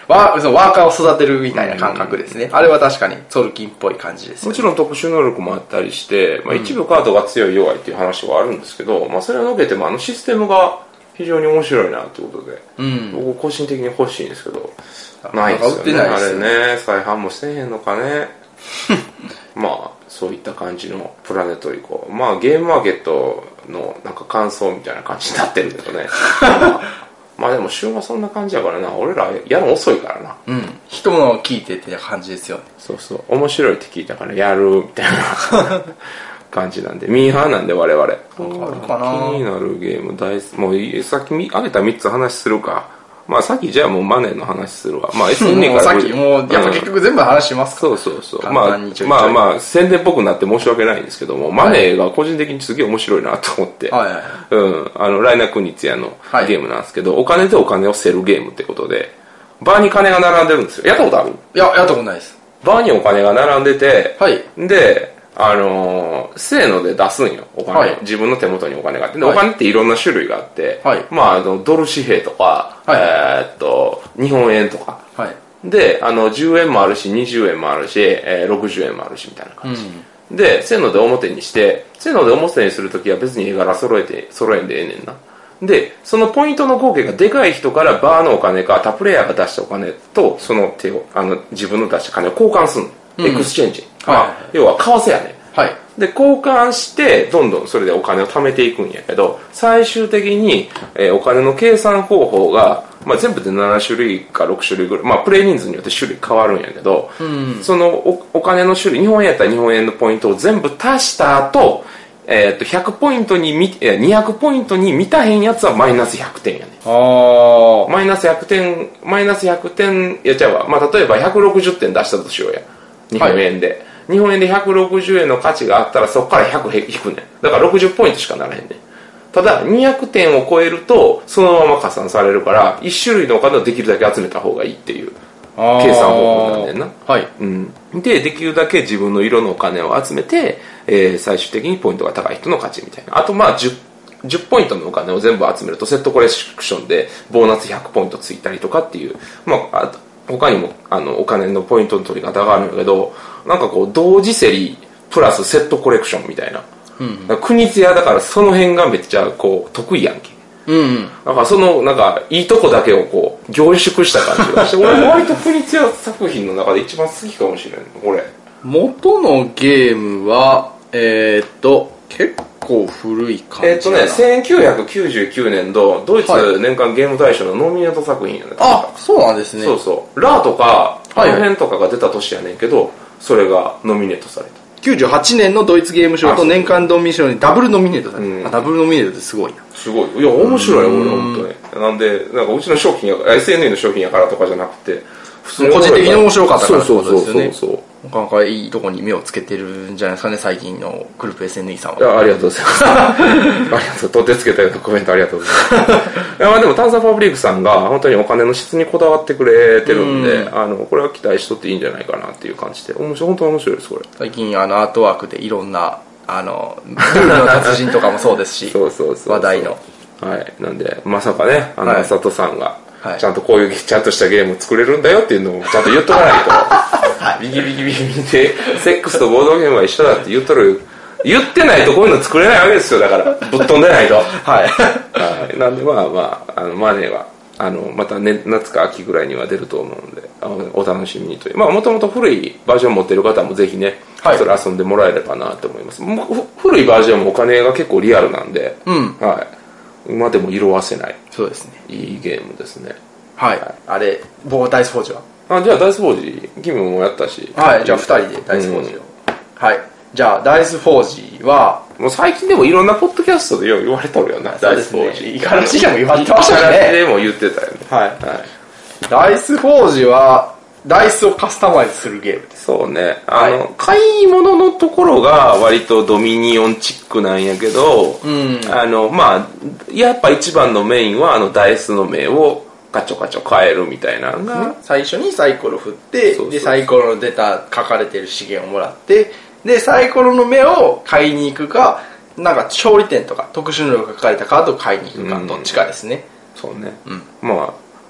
ワそのワーカーを育てるみたいな感覚ですね、うん、あれは確かにソルキンっぽい感じです、ね、 もちろん特殊能力もあったりして、まあ、一部カードが強い弱いっていう話はあるんですけど、まあ、それを除けてもあのシステムが非常に面白いなということで、うん、僕個人的に欲しいんですけどないですよね。あれね、再販もせえへんのかねまあそういった感じのプラネトリコ、まあゲームマーケットのなんか感想みたいな感じになってるけどねまあでも旬はそんな感じやからな、俺らやるの遅いからな。 うん。人の聞いてって感じですよね。 そうそう。面白いって聞いたからやるみたいな感じなんで、ミーハーなんで我々。なんかあるかな。気になるゲーム大好き。もうさっき挙げたみっつ話するか。まあさっきじゃあもうマネーの話するわ。まあ エスエヌディー から。 もうさっきもうやっぱ結局全部話しますか、 うん、そうそうそう。まあまあまあ宣伝っぽくなって申し訳ないんですけども、マネーが個人的にすげえ面白いなと思って。はいはいはい。うん。あの、ライナークニツヤのゲームなんですけど、はい、お金でお金を競るゲームってことで、バーに金が並んでるんですよ。やったことある？ いや、やったことないです。 バーにお金が並んでて、はい。で、あのー、せーので出すんよ、お金、はい、自分の手元にお金があって。で、はい、お金っていろんな種類があって、はい、まあ、あの、ドル紙幣とか、はい、えー、っと、日本円とか。はい、で、あの、じゅうえんもあるし、にじゅうえんもあるし、えー、ろくじゅうえんもあるし、みたいな感じ。うん、で、せーので表にして、せーので表にするときは別に絵柄揃えて、揃えんでええねんな。で、そのポイントの合計がでかい人からバーのお金か、他プレイヤーが出したお金と、その手を、あの、自分の出した金を交換するの。うん、エクスチェンジ。はい、要は、為替やね。はい。で、交換して、どんどんそれでお金を貯めていくんやけど、最終的に、えー、お金の計算方法が、まあ、全部でなな種類かろく種類ぐらい、まあ、プレイ人数によって種類変わるんやけど、うん、その お, お金の種類、日本円やったら日本円のポイントを全部足した後、えー、っと、ひゃくポイントにみ、えー、にひゃくポイントに満たへんやつはマイナスひゃくてんやね。あマイナスひゃくてん、マイナスひゃくてん、やっちゃうわ。まあ、例えばひゃくろくじゅってん出したとしようや。日本円で。はい日本円でひゃくろくじゅうえんの価値があったらそこからひゃく引くねん。だからろくじゅうポイントしかならへんねん。ただにひゃくてんを超えるとそのまま加算されるからいち種類のお金をできるだけ集めた方がいいっていう計算方法なんねんな。はい。うん。で、できるだけ自分の色のお金を集めて、えー、最終的にポイントが高い人の勝ちみたいな。あとまあじゅう、じゅうポイントのお金を全部集めるとセットコレクションでボーナスひゃくポイントついたりとかっていう、まあ、あ他にもあのお金のポイントの取り方があるんだけど、なんかこう同時競りプラスセットコレクションみたいな、うん、国津屋だからその辺がめっちゃこう得意やんけ、うんうん、だからそのなんかいいとこだけをこう凝縮した感じがして俺割と国津屋作品の中で一番好きかもしれないこれ。 元のゲームはえー、っと結構古い感じ。 えっとね、せんきゅうひゃくきゅうじゅうきゅうねん度ドイツ年間ゲーム大賞のノミネート作品やね。 あ、そうなんですね。 そうそう。ラーとか、あの辺とかが出た年やねんけど、それがノミネートされた。 きゅうじゅうはちねんのドイツゲーム賞と年間ノミネート賞にダブルノミネートされた。うん、あ、ダブルノミネートってすごいな。 すごい。いや、面白いよ、俺、本当に。なんで、なんかうちの商品や、エスエヌエー の商品やからとかじゃなくて、 普通に個人的に面白かったからってことですよね。 そうそうそうそう。 なかなかいいとこに目をつけてるんじゃないですかね、最近のグループ エスエヌイー さんは。 いや、ありがとうございます。ありがとう。取ってつけたようなコメントありがとうございます。いや、まあでも、炭酸ファブリックさんが本当にお金の質にこだわってくれてるんで、んあの、これは期待しとっていいんじゃないかなっていう感じで、面白い、本当に面白いです、これ。 最近、あの、アートワークでいろんな、あの、ルールの達人とかもそうですし、 そうそうそうそう話題の。 はい。なんで、まさかね、あの、はい、佐藤さんが、はい、ちゃんとこういうちゃんとしたゲームを作れるんだよっていうのをちゃんと言っとかないと、はい、ビキビキビキビキでセックスとボードゲームは一緒だって言っとる言ってないとこういうの作れないわけですよ。だからぶっ飛んでないとはい、はい、なんでまあまああのマネーはあのまた、ね、夏か秋ぐらいには出ると思うんであのお楽しみにというまあもともと古いバージョン持ってる方もぜひね、はい、それ遊んでもらえればなと思います。古いバージョンもお金が結構リアルなんで、うんはい今でも色褪せないそうですねいいゲームですね。 はい、はい、あれボーダイスフォージはあじゃあダイスフォージ君もやったしはいじゃあふたりでダイスフォージを、うん、はいじゃあダイスフォージはもう最近でもいろんなポッドキャストでよう言われとるよなダイスフォージイカラジでも言われてましたねイカラジでも言ってたよねはい、はい、ダイスフォージはダイスをカスタマイズするゲームです。 そうね。あの、はい、買い物のところが割とドミニオンチックなんやけど、うん、あの、まあ、やっぱ一番のメインはあのダイスの目をカチョカチョ変えるみたいなのが、 ね、最初にサイコロ振って、そうそうで、サイコロの出た書かれてる資源をもらって、で、サイコロの目を買いに行くか、なんか勝利点とか特殊能力が書かれたカードを買いに行くか、うん、どっちかですね。 そうね。うん、まあ、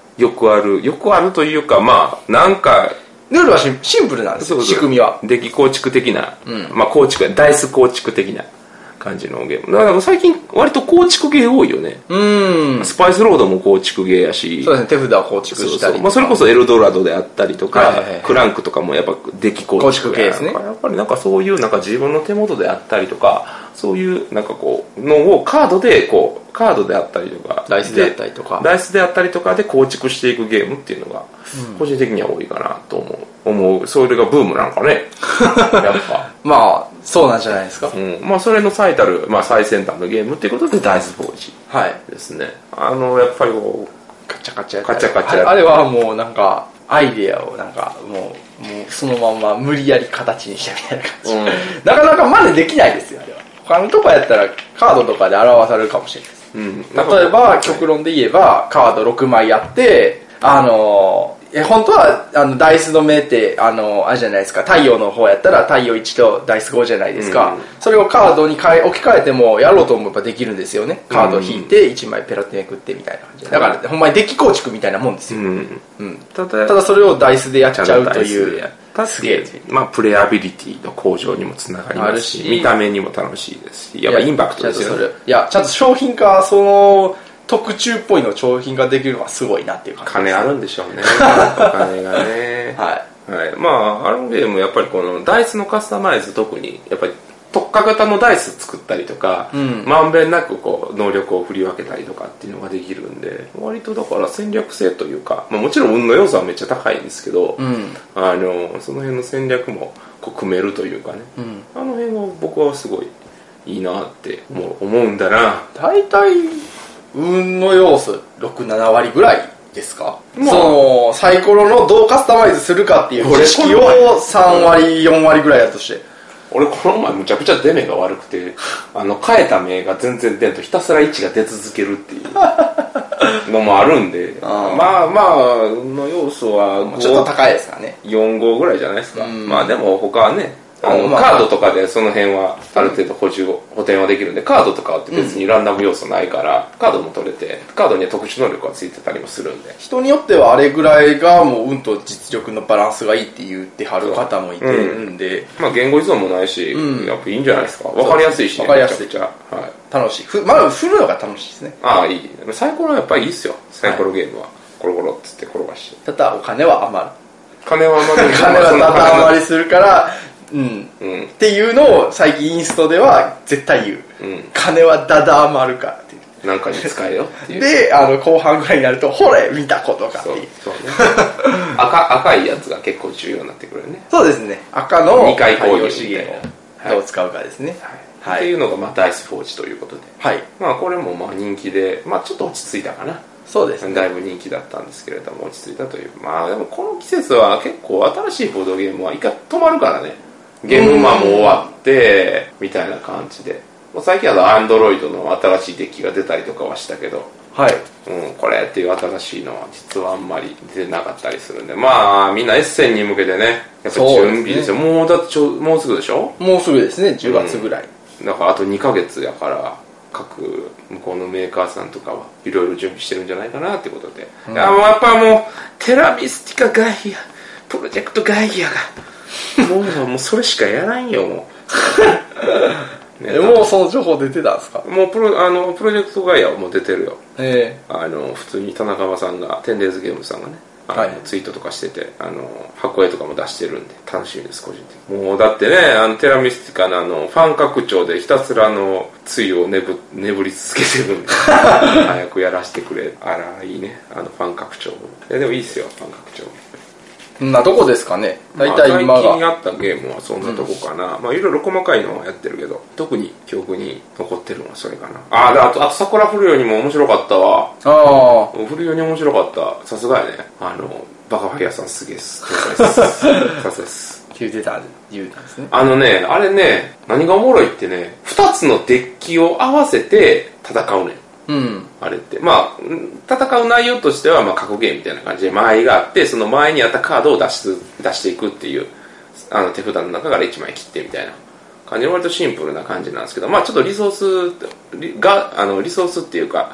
よくあるよくあるというか、まあなんかルールはシンプルなんですよ。仕組みはデッキ構築的な、うん、まあ構築ダイス構築的な感じのゲーム。だから最近割と構築ゲー多いよね。 うん。 スパイスロードも構築ゲーやし。 そうですね、手札を構築したりとか。そうそう、 まあ、それこそエルドラドであったりとか、はいはいはい、クランクとかもやっぱデッキ構築系ですね。 やっぱりなんかそういうなんか自分の手元であったりとか、そういうなんかこうのをカードでこうカードであったりとかダイスであったりとかダイスであったりとかで構築していくゲームっていうのが個人的には多いかなと思う。思う。それがブームなのかね。やっぱまあそうなんじゃないですか。 うん、まあそれの最たる、まあ、最先端のゲームっていうことでダイスフォージですね。はい、あのやっぱりこうカチャカチャカチャカチャあれはもうなんかアイデアをなんかもうもうそのまんま無理やり形にしたみたいな感じ、うん、なかなか真似できないですよあれは。他のとかやったらカードとかで表されるかもしれないです、うん、例えば極論で言えばカードろくまいあってあのーえ本当はあのダイスの目ってあのあれじゃないですか。太陽の方やったら太陽いちとダイスごじゃないですか、うん、それをカードに変え置き換えてもやろうと思えばできるんですよね。カードを引いていちまいペラってめくってみたいな感じで、だから、うん、ほんまにデッキ構築みたいなもんですよ、うんうん、ただただそれをダイスでやっちゃうというすげえ、まあ、プレイアビリティの向上にもつながりますし、見た目にも楽しいですし、やっぱインパクトですよね。 いやちゃんと商品化その特注っぽいの商品ができるのはすごいなっていう感じです、ね、 金あるんでしょうね。お金がね。 はい。 はい。まああのゲームやっぱりこのダイスのカスタマイズ特にやっぱり特化型のダイス作ったりとか、うん、まんべんなくこう能力を振り分けたりとかっていうのができるんで、割とだから戦略性というか、まあ、もちろん運の要素はめっちゃ高いんですけど、うん、あのその辺の戦略もこう組めるというかね、うん、あの辺は僕はすごいいいなって思う、思うんだな。 大体運の要素ろく、ななわりぐらいですか、まあ、そのサイコロのどうカスタマイズするかっていう知識をさんわりよんわりぐらいだとして、 俺この前むちゃくちゃ出目が悪くてあの変えた目が全然出んとひたすらいちが出続けるっていうのもあるんであまあまあの要素はちょっと高いですからね。 よんごぐらいじゃないですか。まあでも他はねあのカードとかでその辺はある程度補充を補填はできるんで、カードとかって別にランダム要素ないからカードも取れて、カードには特殊能力がついてたりもするんで、 人によってはあれぐらいがもう運と実力のバランスがいいって言ってはる方もいてるんで、 うん、まあ言語依存もないし、うん、やっぱいいんじゃないですか。分かりやすいし、ね、 分かりやすい、 めちゃくちゃ、はい、 楽しい。ふまあ振るのが楽しいですね。 ああいい。サイコロはやっぱりいいっすよ。サイコロゲームは、はい、コロコロっつって転がして。 ただお金は余る。 金は余る。 金はただ余りするからうんうん、っていうのを最近インストでは絶対言う、うん、金はダダ余るからっていうなんかに使えよっていうであの後半ぐらいになるとほれ見たことかっていう、そうそう、ね、 赤, 赤いやつが結構重要になってくるね。 そうですね。赤のにかい攻撃資源をどう使うかですね、 はいはい、っていうのが、まあ、ダイスフォージということで、はい、まあこれもまあ人気で、まあ、ちょっと落ち着いたかな。 そうですね。 だいぶ人気だったんですけれども落ち着いたという。まあでもこの季節は結構新しいボードゲームは一回止まるからね。ゲームマンも終わってみたいな感じで、最近はアンドロイドの新しいデッキが出たりとかはしたけど、はい、うん、これっていう新しいのは実はあんまり出なかったりするんで、まあみんなエッセンに向けてねやっぱり準備ですよ。ですね、もうだってちょもうすぐでしょ。 もうすぐですね。じゅうがつぐらい、 うん、だからあとにかげつやから各向こうのメーカーさんとかはいろいろ準備してるんじゃないかなってことで、うん、あもうやっぱもうテラミスティカガイアプロジェクトガイアがもうもうそれしかやらんよもう、ね、もうその情報出てたんですか。 もうプロあのプロジェクトガイアはもう出てるよ。 えー、あの普通に田中さんがテンデイズゲームさんがねあの、はい、ツイートとかしててあの箱絵とかも出してるんで楽しみです個人的に。もうだってねあのテラミスティカのあのファン拡張でひたすらあのつゆを眠眠り続けてるんで早くやらせてくれ。あらいいねあのファン拡張。でもいいっすよファン拡張。 などこですかね。大体今が、 まあ、最近あったゲームはそんなとこかな、うん、まあいろいろ細かいのはやってるけど特に記憶に残ってるのはそれかな。ああとあと桜降るようにも面白かったわ。ああ降るように面白かった。さすがやねあのバカファイヤーさんすげえっす。さすがです言うてた言うたんですね。 あのねあれね何がおもろいってねふたつのデッキを合わせて戦うねん。うん、あれってまあ戦う内容としてはまあ格ゲーみたいな感じで間合いがあってその前にあったカードを出し出していくっていうあの手札の中からいちまい切ってみたいな感じで割とシンプルな感じなんですけど、まあちょっとリソースがあのリソースっていうか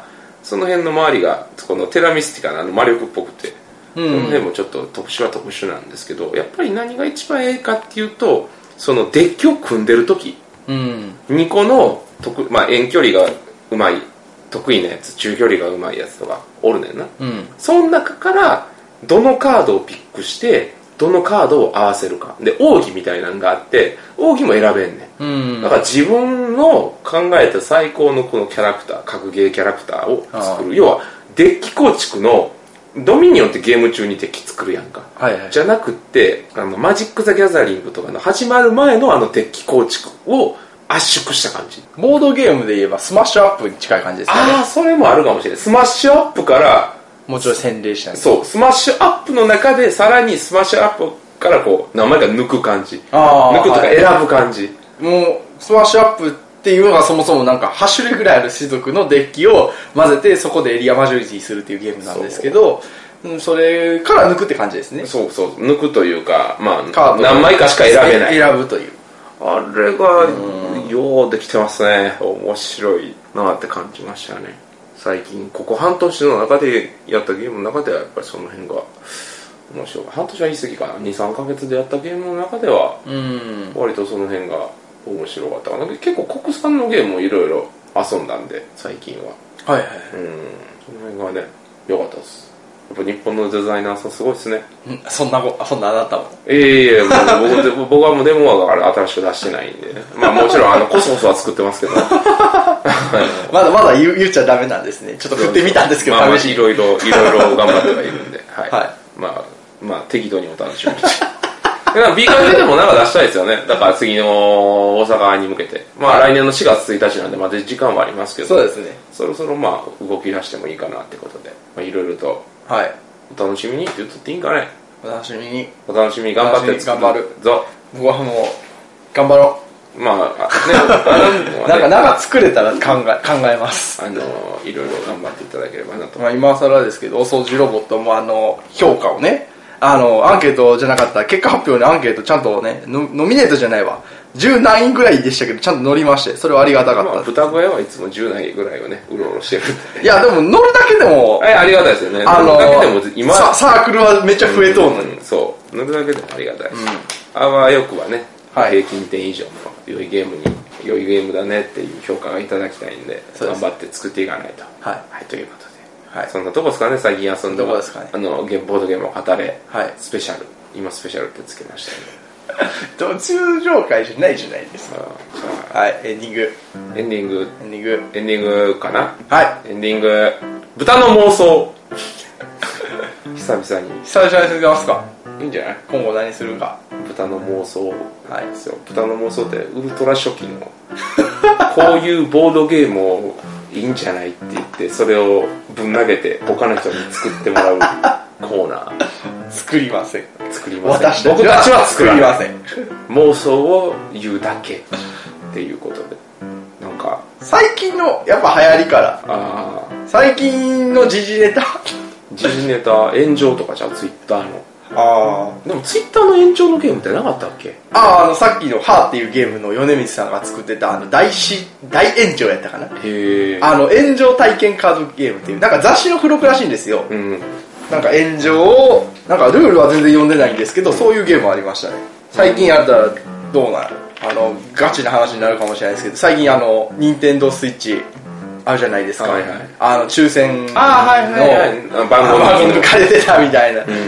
その辺の周りがこのテラミスティカのあの魔力っぽくて、うん、その辺もちょっと特殊は特殊なんですけど、やっぱり何が一番ええかっていうと、そのデッキを組んでる時、うん、にこの特、まあ、遠距離がうまい得意なやつ、中距離がうまいやつとかおるねんな、うん、その中からどのカードをピックしてどのカードを合わせるかで、奥義みたいなのがあって奥義も選べんねん、うん、だから自分の考えた最高のこのキャラクター、格ゲーキャラクターを作る。要はデッキ構築のドミニオンってゲーム中にデッキ作るやんか、はいはい、じゃなくってあのマジック・ザ・ギャザリングとかの始まる前のあのデッキ構築を圧縮した感じ。 ボードゲームで言えばスマッシュアップに近い感じですかね。 ああ、それもあるかもしれない。スマッシュアップからもうちょい洗礼したんです。 そう、スマッシュアップの中でさらにスマッシュアップからこう名前が抜く感じ、抜くとか選ぶ感じ、 はい、もうスマッシュアップっていうのがそもそもなんかはち種類ぐらいある種族のデッキを混ぜてそこでエリアマジョリティするっていうゲームなんですけど、そ, うん、それから抜くって感じですね。 そうそう、抜くというか、まあ何枚かしか選べない、 選ぶという、 あれがようできてますね。面白いなって感じましたね。最近ここ半年の中でやったゲームの中ではやっぱりその辺が面白い。半年は言い過ぎかな、にさんかげつでやったゲームの中では割とその辺が面白かったかな。結構国産のゲームもいろいろ遊んだんで最近は、はいはい、うん、その辺がね良かったです。やっぱ日本のデザイナーさんすごいですね。 そんなそんなあなたもええー、もう 僕, 僕はもうデモは新しく出してないんで、まあもちろんあのコソコソは作ってますけどまだまだ 言, 言っちゃダメなんですね。ちょっと振ってみたんですけど、 まあ、試しいろいろいろいろ頑張ってはいるんで、はい、はい、まあまあ適度にお楽しみにだから B カフェでもなんか出したいですよね。だから次の大阪に向けて、まあ来年のしがつついたちなんでまだ時間はありますけど、 そうですね、 そろそろまあ動き出してもいいかなってことで、まあいろいろと、はい、お楽しみにって言っとっていいんかね。 お楽しみに、 お楽しみに頑張って頑張るぞ。僕はもう頑張ろう。まあね、 あなんかなんか作れたら考え考えます。 あのいろいろ頑張っていただければなと。 まあ今更ですけど、お掃除ロボットもあの評価をね、あのアンケートじゃなかった結果発表にアンケートちゃんとね、ノミネートじゃないわ、じゅう何位ぐらいでしたけどちゃんと乗りまして、それはありがたかった。まあ豚小屋はいつもじゅう何位ぐらいをねうろうろしてるんで、 いやでも乗るだけでもありがたいですよね。 あの乗るだけでも今サークルはめっちゃ増えとうのに、 うんうん、そう乗るだけでもありがたいです、うん、あわよくはね、はい、平均点以上の良いゲームに良いゲームだねっていう評価がいただきたいんで、頑張って作っていかないと、はいはい、ということで、はい、そんなとこですかね。最近遊んでます、ね、あのゲームボードゲームを語れ、はい、スペシャル、今スペシャルってつけましたね途中紹介じゃないじゃないですか。はい、エンディングエンディングエンディングエンディングかな。 はい、 エンディング豚の妄想久々に久々に続けますか。 いいんじゃない。 今後何するか。 豚の妄想、はい、ですよ。豚の妄想ってウルトラ初期のこういうボードゲームをいいんじゃないって言ってそれをぶん投げて他の人に作ってもらうコーナー。 作りません。 作りません。 私僕たちは作りません。 妄想を言うだけっていうことで、なんか最近のやっぱ流行りから、あ最近の時事ネタ時事ネタ炎上とかじゃあツイッターの、ああでもツイッターの炎上のゲームってなかったっけ。 あああのさっきのハーっていうゲームの米光さんが作ってたあの大し大炎上やったかな。へえ。あの炎上体験カードゲームっていうなんか雑誌の付録らしいんですよ。うん。なんか炎上をなんかルールは全然読んでないんですけど、そういうゲームありましたね。最近やったらどうなる。あのガチな話になるかもしれないですけど、最近あの任天堂スイッチあるじゃないですか、はいはい、あの抽選の番号抜かれてたみたいな、うん、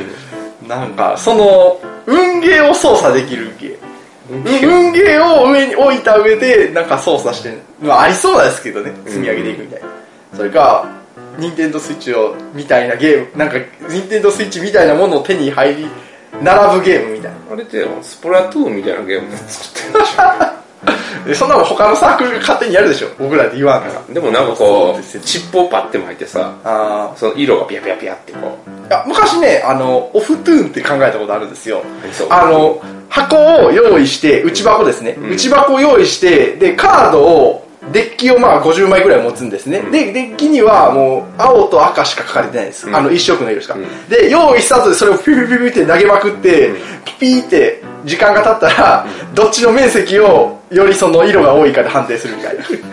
なんかその運ゲーを操作できるゲーム、運ゲーを上に置いた上でなんか操作して、まあありそうなんですけどね、積み上げていくみたいな、うん、それか任天堂スイッチをみたいなゲーム、なんか任天堂スイッチみたいなものを手に入り並ぶゲームみたいな。 あれってスプラトゥーンみたいなゲーム作ってるんでしょでそんなの他のサークルが勝手にやるでしょ、僕らで言わんから。 でもなんかこうチップをパッて巻いてさ、あその色がピヤピヤピヤってこう、 いや昔ねあのオフトゥーンって考えたことあるんですよ。あの箱を用意して内箱ですね、うん、内箱を用意してでカードをデッキをまあごじゅうまいぐらい持つんですね、うん、でデッキにはもう青と赤しか書かれてないです、うん、あの一色の色しか、うん、で用意スタートでそれをピピピピって投げまくって、うん、ピピって時間が経ったら、うん、どっちの面積をよりその色が多いかで判定するみたいな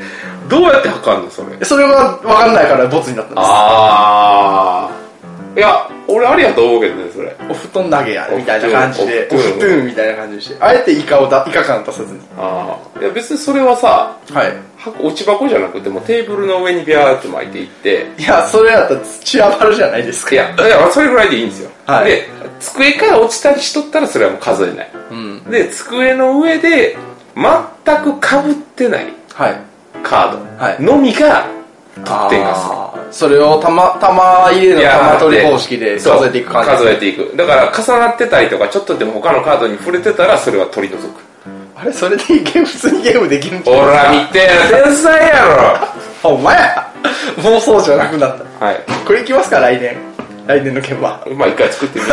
どうやって測るのそれ。 それは分かんないからボツになったんです。 ああ。いや、俺ありやと思うけどね、それ。 お布団投げやみたいな感じで、お布団みたいな感じにして、あえてイカをだ、イカ感出さずに。 ああ。いや別にそれはさ、 はい。 落ち箱じゃなくてもテーブルの上にビャーって巻いていって。 いや、それやったら散らばるじゃないですか。 いや、いや、それぐらいでいいんですよ。はい。で、机から落ちたりしとったらそれはもう数えない。うん。で、机の上で全く被ってない。はい。カード。はい。のみが、得点がする。 それを玉、玉入れの玉取り方式で数えていく感じ。 数えていく。だから重なってたりとか、ちょっとでも他のカードに触れてたら、それは取り除く。 あれそれでゲーム、普通にゲームできるんじゃないほら見て、天才やろほんまや妄想じゃなくなった。はい。これいきますか、来年。来年の鍵盤。 まあ一回作ってみる。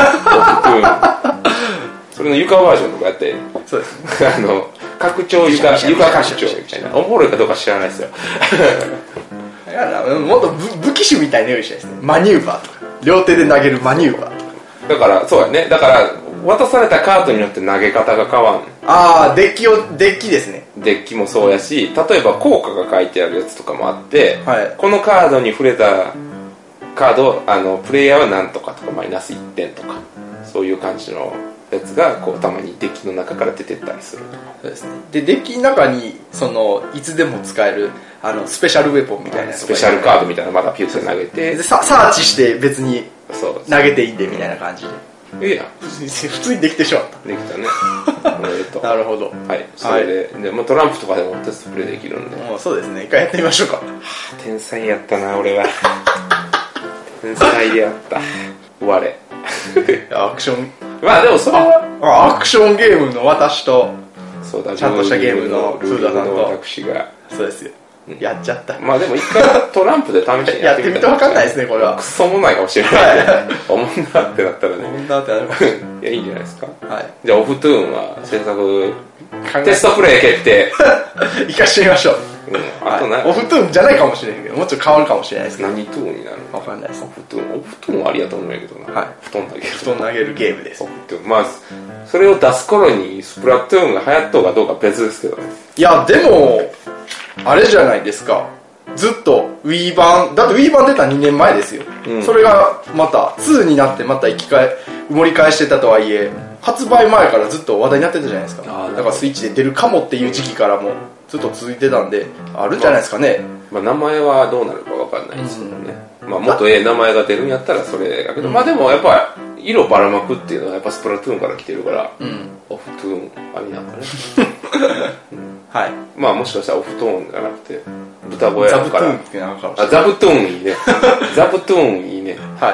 それの床バージョンとかやって。そうですね。あの、拡張床、床拡張みたいな。おもろいかどうか知らないですよ。 いやもっと武器種みたいな用意したいですね。マニューバーとか。両手で投げるマニューバーとか。 だから、そうやね。だから、渡されたカードによって投げ方が変わん。 ああ、デッキを、デッキですね。 デッキもそうやし、例えば効果が書いてあるやつとかもあって、はい、このカードに触れたカード、あの、プレイヤーはなんとかとかマイナスいってんとか、そういう感じのやつが、こう、たまにデッキの中から出てったりするとか。 そうですね。で、デッキの中に、その、いつでも使える、あの、スペシャルウェポンみたいな。 スペシャルカードみたいなのまだピュッて投げて。 で、サーチして別に投げていいんで、みたいな感じで。 いや、 普通にできてしまった。 できたね。 なるほど。 はい。それで、でもトランプとかでもテストプレイできるんで。 もうそうですね。一回やってみましょうか。はあ、天才やったな、俺は。天才やった。我。 アクション。 まあでもそれは。 アクションゲームの私と、 そうだ、 ちゃんとしたゲームのルールの私が。 そうですよ。やっちゃった。 まあでも一回トランプで試してやってみて分かんないですね、これは。 クソもないかもしれないけど、おもんなってなったらね。 おもんなってなる。 いや、いいんじゃないですか。はい。じゃあ、オフトゥーンは制作、テストプレイ決定。 生かしてみましょう。 うん。あと何、 オフトゥーンじゃないかもしれないけど、もうちょっと変わるかもしれないですけど。 何トゥーンになるの？分かんないです。 オフトゥーン、オフトゥーンはありやと思うんやけどな。はい。布団投げる。 布団投げるゲームです。 オフトゥーン。まあ、それを出す頃にスプラトゥーンが流行っとうかどうか別ですけどね。 いや、でも、あれじゃないですか。ずっと Wii 版、だって Wii 版出たにねんまえですよ、うん、それがまたツーになってまた生き返盛り返してたとはいえ、発売前からずっと話題になってたじゃないですか。だからスイッチで出るかもっていう時期からもずっと続いてたんで、あるんじゃないですかね。 まあ、まあ、名前はどうなるか分かんないですけどね、うん、まあもっとええ名前が出るんやったらそれだけど、うん、まあでもやっぱ色ばらまくっていうのはやっぱスプラトゥーンから来てるから、うん、オフトゥーンありなんかね、うん、はい。まあもしかしたらオフトーンじゃなくて豚小屋だから、ザブトゥーンってなんかもしれない。あ、ザブトゥーンいいね。ザブトゥーンいいね。はい。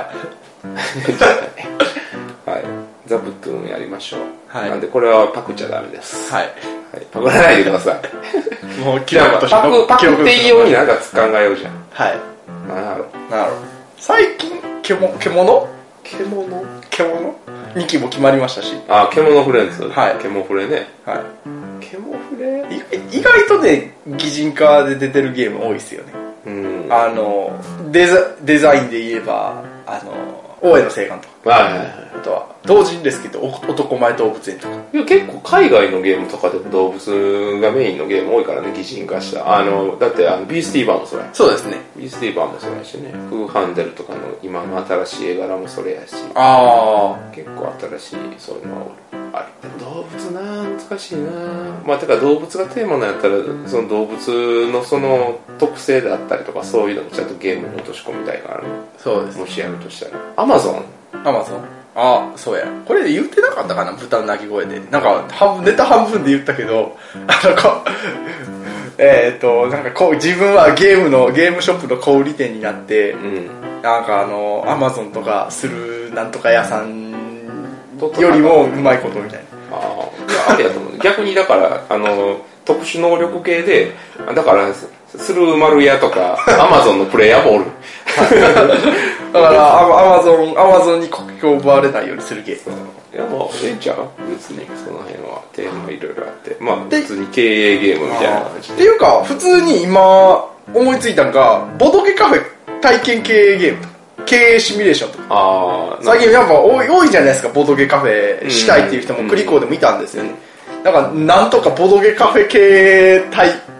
はい。ザブトゥーンやりましょう。はい。なんでこれはパクっちゃダメです。はい。はい、パクらないでください。もうキラッとしてパク、パクっていいようになんか考えようじゃん。はい。なるほど。なるほど。最近、獣獣獣獣にきも決まりましたし。あ、獣フレンズ。はい。獣フレね。はい。獣フレ意外とね、擬人化で出てるゲーム多いですよね。うん。あの、デザ、デザインで言えば、あの、大江の青函とか。はいはいはい。あとは、同人ですけど、男前動物園とか。いや、結構海外のゲームとかで動物がメインのゲーム多いからね、擬人化した。あの、だってあの、ビースティーバーもそれ。そうですね。ビースティーバーもそれやしね。フーハンデルとかの今の新しい絵柄もそれやし。ああ。結構新しい、そういうのはある。でも動物な難しいな。まあ、てか動物がテーマなんやったら、その動物のその特性であったりとか、そういうのもちゃんとゲームに落とし込みたいからね。そうです。もしやるとしたら。アマゾンアマゾンあ、そうや。これ言ってなかったかな、豚の鳴き声で。なんか、半分、ネタ半分で言ったけど、あの、こえっと、なんかこう、自分はゲームの、ゲームショップの小売店になって、うん、なんかあの、アマゾンとかするなんとか屋さんよりもうまいことみたいな。ああ、あれやと思う。逆にだから、あの、特殊能力系で、だから、スルーマル屋とか、アマゾンのプレイヤーもおる。だから、アマゾン、アマゾンに国境を奪われないようにするゲーム。いや、もう、ええんちゃう別に、その辺は、テーマいろいろあって。まあ、普通に経営ゲームみたいな感じで。っていうか、普通に今、思いついたのが、ボドゲカフェ体験経営ゲームとか、経営シミュレーションとか。あ最近やっぱ多い、多いじゃないですか、ボドゲカフェしたいっていう人もクリコーでもいたんですよね。だから、なんとかボドゲカフェ経営体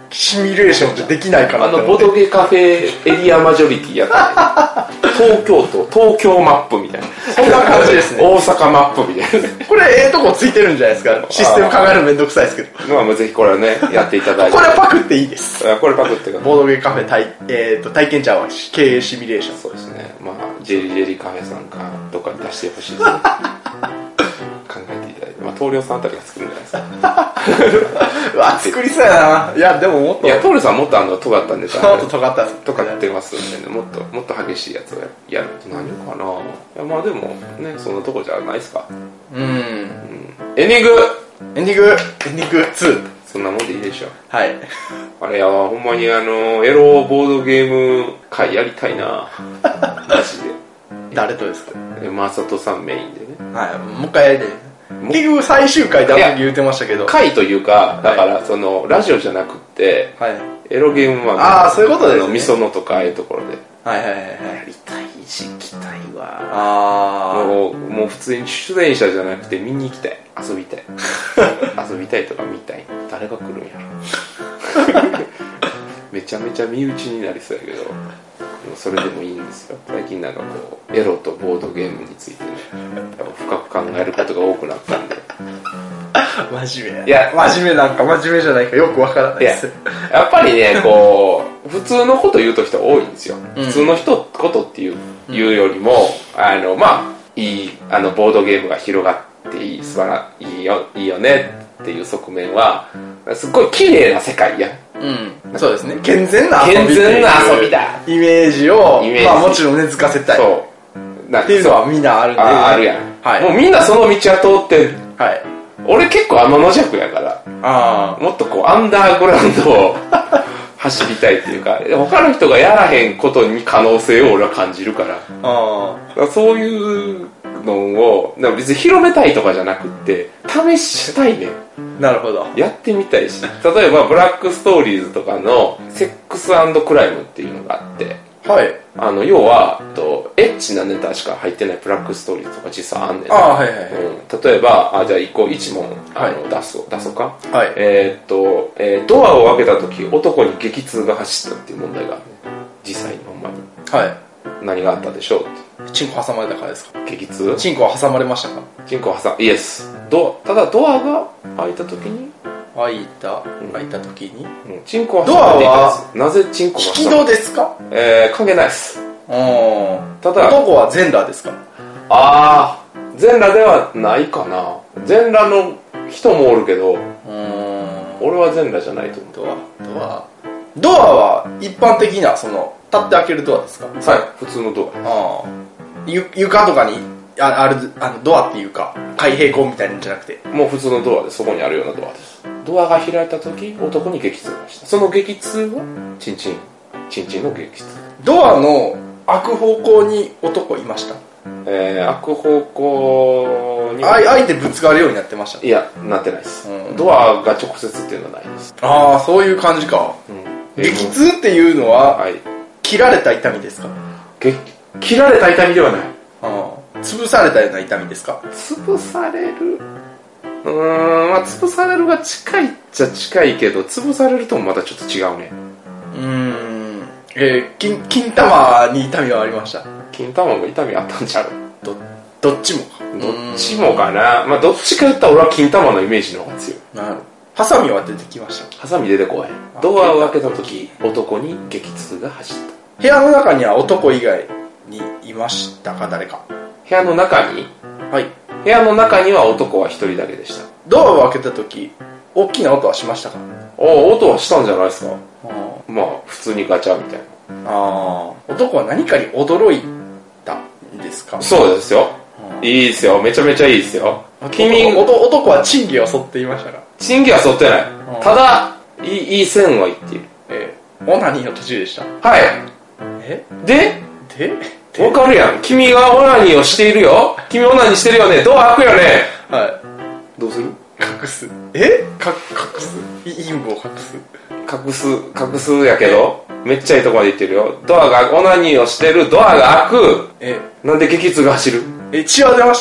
シミュレーションってできないかなってあのボドゲカフェエリアマジョリティやった東京都東京マップみたいなそんな感じですね大阪マップみたいなこれええとこついてるんじゃないですかシステム考えるのめんどくさいですけどまあぜひこれはねやっていただいてこれはパクっていいですこれパクってボードゲカフェ体、えー、と体験茶は経営シミュレーションそうですねまあジェリージェリーカフェさんかどっかに出してほしいですね考えていただいてまあ棟梁さんあたりが作るんじゃないですかうわ作りそうやないやでももっといや棟梁さんもっとあの尖ったネタもっと尖った尖ってますんで、ね、もっともっと激しいやつをやると何かないやまあでもねそんなとこじゃないですかうん、うん、 エンディングエンディングエンディングツーそんなもんでいいでしょはいあれやほんまにあのエロボードゲーム会やりたいなマジで誰とですかマサトさんメインでねはいもう一回やりたい結局最終回だって言うてましたけど回というかだからそのラジオじゃなくって、はい、エロゲームマンああそういうことですねみそのとかああいうところではいはいはいはいやりたいし行きたいわああもうもう普通に出演者じゃなくて見に行きたい遊びたい遊びたいとか見たい誰が来るんやろめちゃめちゃ身内になりそうやけどそれでもいいんですよ最近なんかこうエロとボードゲームについてね深く考えることが多くなったんで真面目やいや真面目なんか真面目じゃないかよくわからないですいややっぱりねこう普通のこと言うと人多いんですよ、うん、普通の人ことっていう、うん、いうよりもあのまあいいあのボードゲームが広がっていい素晴らいいよいいよねっていう側面はすっごい綺麗な世界やうん、そうですね健全な遊び健全な遊びだイメージをージまあもちろん根付かせたいそうっていうのはみんなあるんでああるやん、はい、もうみんなその道は通ってる、はい、俺結構天の弱やからあもっとこうアンダーグラウンドを走りたいっていうか他の人がやらへんことに可能性を俺は感じるからあからそういうのを別に広めたいとかじゃなくって試したいねなるほどやってみたいし例えばブラックストーリーズとかのセックス&クライムっていうのがあってはいあの要はとエッチなネタしか入ってないブラックストーリーズとか実際あんねん、あ、はいはいはいうん、例えばあじゃあ一個一問あの、はい、出そう出そうか、はい、えー、っと、えー、ドアを開けた時男に激痛が走ったっていう問題がある、ね、実際にほんまにはい何があったでしょうってチンコ挟まれたからですか激痛チンコは挟まれましたかチンコは挟イエスドただドアが開いた時に開いた開いた時に、 うん、チンコは挟まれていたんですなぜチンコが引き戸ですかえー、関係ないですただ男は全裸ですかああ全裸ではないかな全裸の人もおるけどうん俺は全裸じゃないと思うドアドアドアは一般的なその立って開けるドアですかはい普通のドアあゆ床とかに あ, あるあのドアっていうか開閉口みたいなんじゃなくてもう普通のドアでそこにあるようなドアですドアが開いた時男に激痛がしたその激痛はチンチンチンチンの激痛ドアの開く方向に男いましたえー、開く方向にあ相手ぶつかるようになってましたいやなってないです、うん、ドアが直接っていうのはないですああそういう感じか、うん、激痛っていうのは、はい、切られた痛みですか切られた痛みではないあ潰されたような痛みですか潰されるうーんまあ潰されるが近いっちゃ近いけど潰されるともまたちょっと違うねうーんえー、金金玉に痛みはありました金玉も痛みあったんちゃうどどっちもかどっちもかなまあどっちか言ったら俺は金玉のイメージの方が強いなるほどハサミは出てきましたハサミ出てこへんドアを開けた時男に激痛が走った部屋の中には男以外にいましたか誰か部屋の中にはい部屋の中には男は一人だけでしたドアを開けた時大きな音はしましたかお音はしたんじゃないですかまあ普通にガチャみたいなああ男は何かに驚いたんですかそうですよいいですよめちゃめちゃいいですよ君男は珍義を沿っていましたか珍義は沿ってないただいいいい線は言っているえー、オナニーの途中でしたはいえででわかるやん君がオナニーをしているよ君オナニーしてるよねドア開くよねはいどうする隠すえか隠す陰部を隠す隠す隠すやけどめっちゃいいとこまで行ってるよドアがオナニーをしてるドアが開くえなんで激痛が走るえ血は出ましたか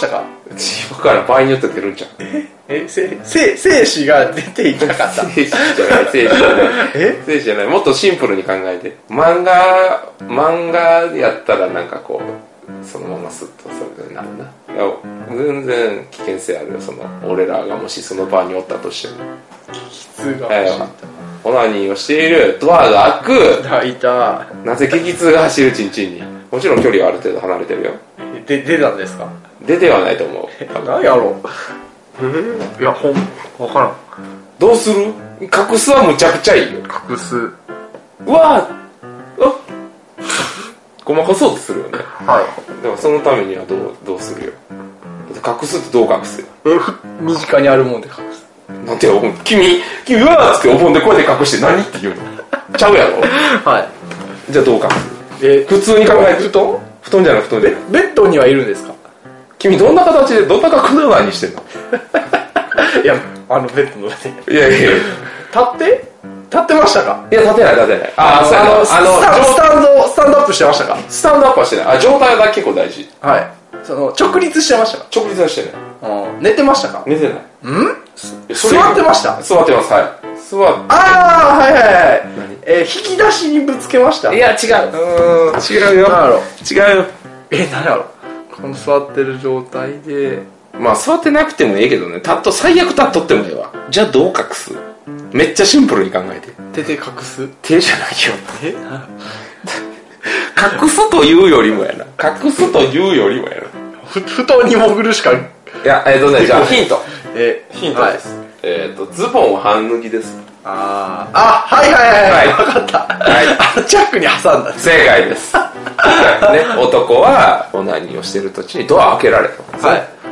今から場合によって出るんじゃん。 ええせせ精子が出ていなかった精子じゃない精子じゃないえ精子じゃないもっとシンプルに考えて漫画漫画やったらなんかこうそのままスッとそれになるないや全然危険性あるよその俺らがもしその場におったとしても激痛が走った、 オナニーをしているドアが開くだいたなぜ激痛が走るチンチンにもちろん距離はある程度離れてるよで出たんですか出てはないと思う何やろうえー、いやほん分からんどうする隠すはむちゃくちゃいいよ隠すうわーあごまかそうとするよねはいでもそのためにはどうどうするよ隠すってどう隠すよえ身近にあるもんで隠すなんてよ君君うわーっつってお盆でこうやって隠して何って言うのちゃうやろはいじゃあどう隠すえ普通に考えて布団布団じゃない布団じゃないベッドにはいるんですか君どんな形でどんな角度側にしてんのいやあのベッドの上でいやいやいや立って立ってましたかいや立てない立てないああそうやなあのスタスタンドスタンドアップしてましたかスタンドアップはしてないあ状態が結構大事はいその直立してましたか直立はしてないうん寝てましたか寝てないうん座ってました座ってますはい座ってああはいはいはいえー、引き出しにぶつけましたいや違ううーん違うよ何やろ違うよえ何やろこの座ってる状態でまあ座ってなくてもええけどね立っと最悪立っとってもええわじゃあどう隠すめっちゃシンプルに考えて手で隠す手じゃないよえ隠すというよりもやな隠すというよりもやなふ布団に潜るしかいやえっ、ー、とねじゃあヒントえヒントです、はい、えっ、ー、とズボンは半脱ぎですあああはいはいはいはい分かった、はい、あのチャックに挟んだ正解ですね、男はオナニーをしてる途中にドアを開けられた、はい、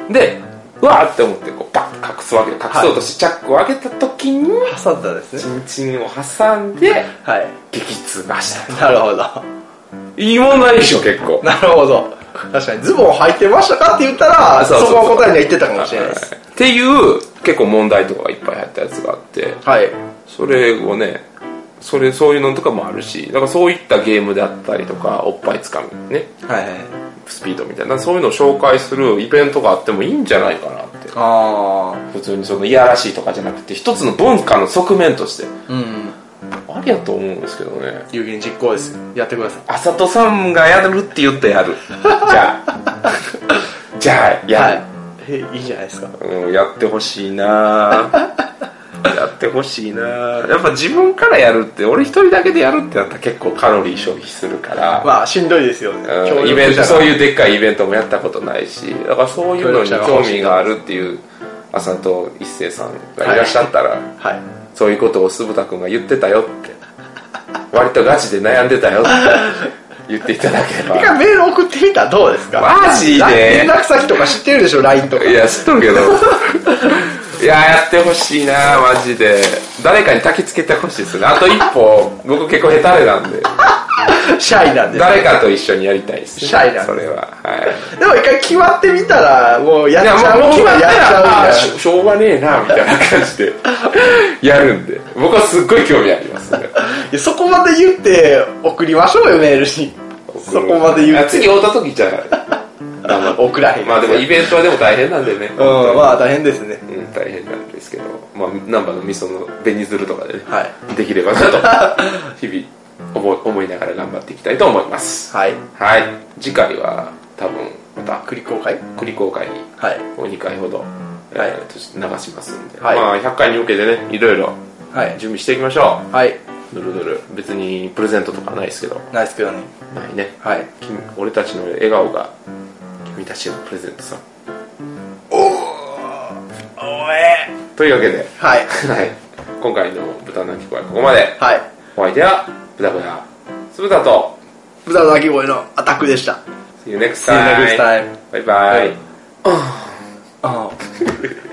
でうわーって思ってこうバッと隠すわけで隠そうとしてチャックを開けた時に挟んだですねチンチンを挟んで、 はい、 激痛がしたなるほどいい問題でしょ結構なるほど確かにズボン履いてましたかって言ったらそこは答えには言ってたかもしれないです、はい、 っていう結構問題とかがいっぱい入ったやつがあってはいそれをねそれそういうのとかもあるしだからそういったゲームであったりとかおっぱいつかみね、はいはい、スピードみたいなそういうのを紹介するイベントがあってもいいんじゃないかなってあ普通にそのいやらしいとかじゃなくて一つの文化の側面として、うん、ありやと思うんですけどね有言実行ですやってくださいあさとさんがやるって言ってやるじゃあじゃあやる、はいえいいじゃないですか、 うん、やってほしいなやってほしいなやっぱ自分からやるって俺一人だけでやるってなったら結構カロリー消費するからまあしんどいですよね、 うん、イベントそういうでっかいイベントもやったことないしだからそういうのに興味があるっていう浅戸一生さんがいらっしゃったら、はいはい、そういうことを酢豚君が言ってたよって割とガチで悩んでたよって言っていただければ一回メール送ってみたらどうですかマジで連絡先とか知ってるでしょ ライン とかいや知っとるけどいややってほしいなマジで誰かに焚きつけてほしいですねあと一歩僕結構下手なんでシャイなんで誰かと一緒にやりたいです、ね、 シャイなんでそれは、はい、 でも一回決まってみたらもうやっちゃうもう決まったらし, しょうがねえなみたいな感じでやるんで僕はすっごい興味ありますねそこまで言って送りましょうよメールにそこまで言って次会った時じゃあ送らへんまあでもイベントはでも大変なんでねうんまあ大変ですね、 うん、大変なんですけどまあ難波の味噌の紅鶴とかでね、はい、できればなと日々思い、思いながら頑張っていきたいと思いますはい、 はい、次回は多分また繰り公開繰り公開ににかいほど、はいえー、流しますんで、はい、まあひゃっかいに向けてねいろいろ準備していきましょうはいぬるぬる別にプレゼントとかないですけどないですけどねないね、はい、俺たちの笑顔が君たちのプレゼントさおおおえというわけで、 はいはい、今回の豚の鳴き声はここまで、はい、お相手は豚小屋酢豚と豚の鳴き声のアタックでした See you next time, See you next time. バイバイ、はい、 ああ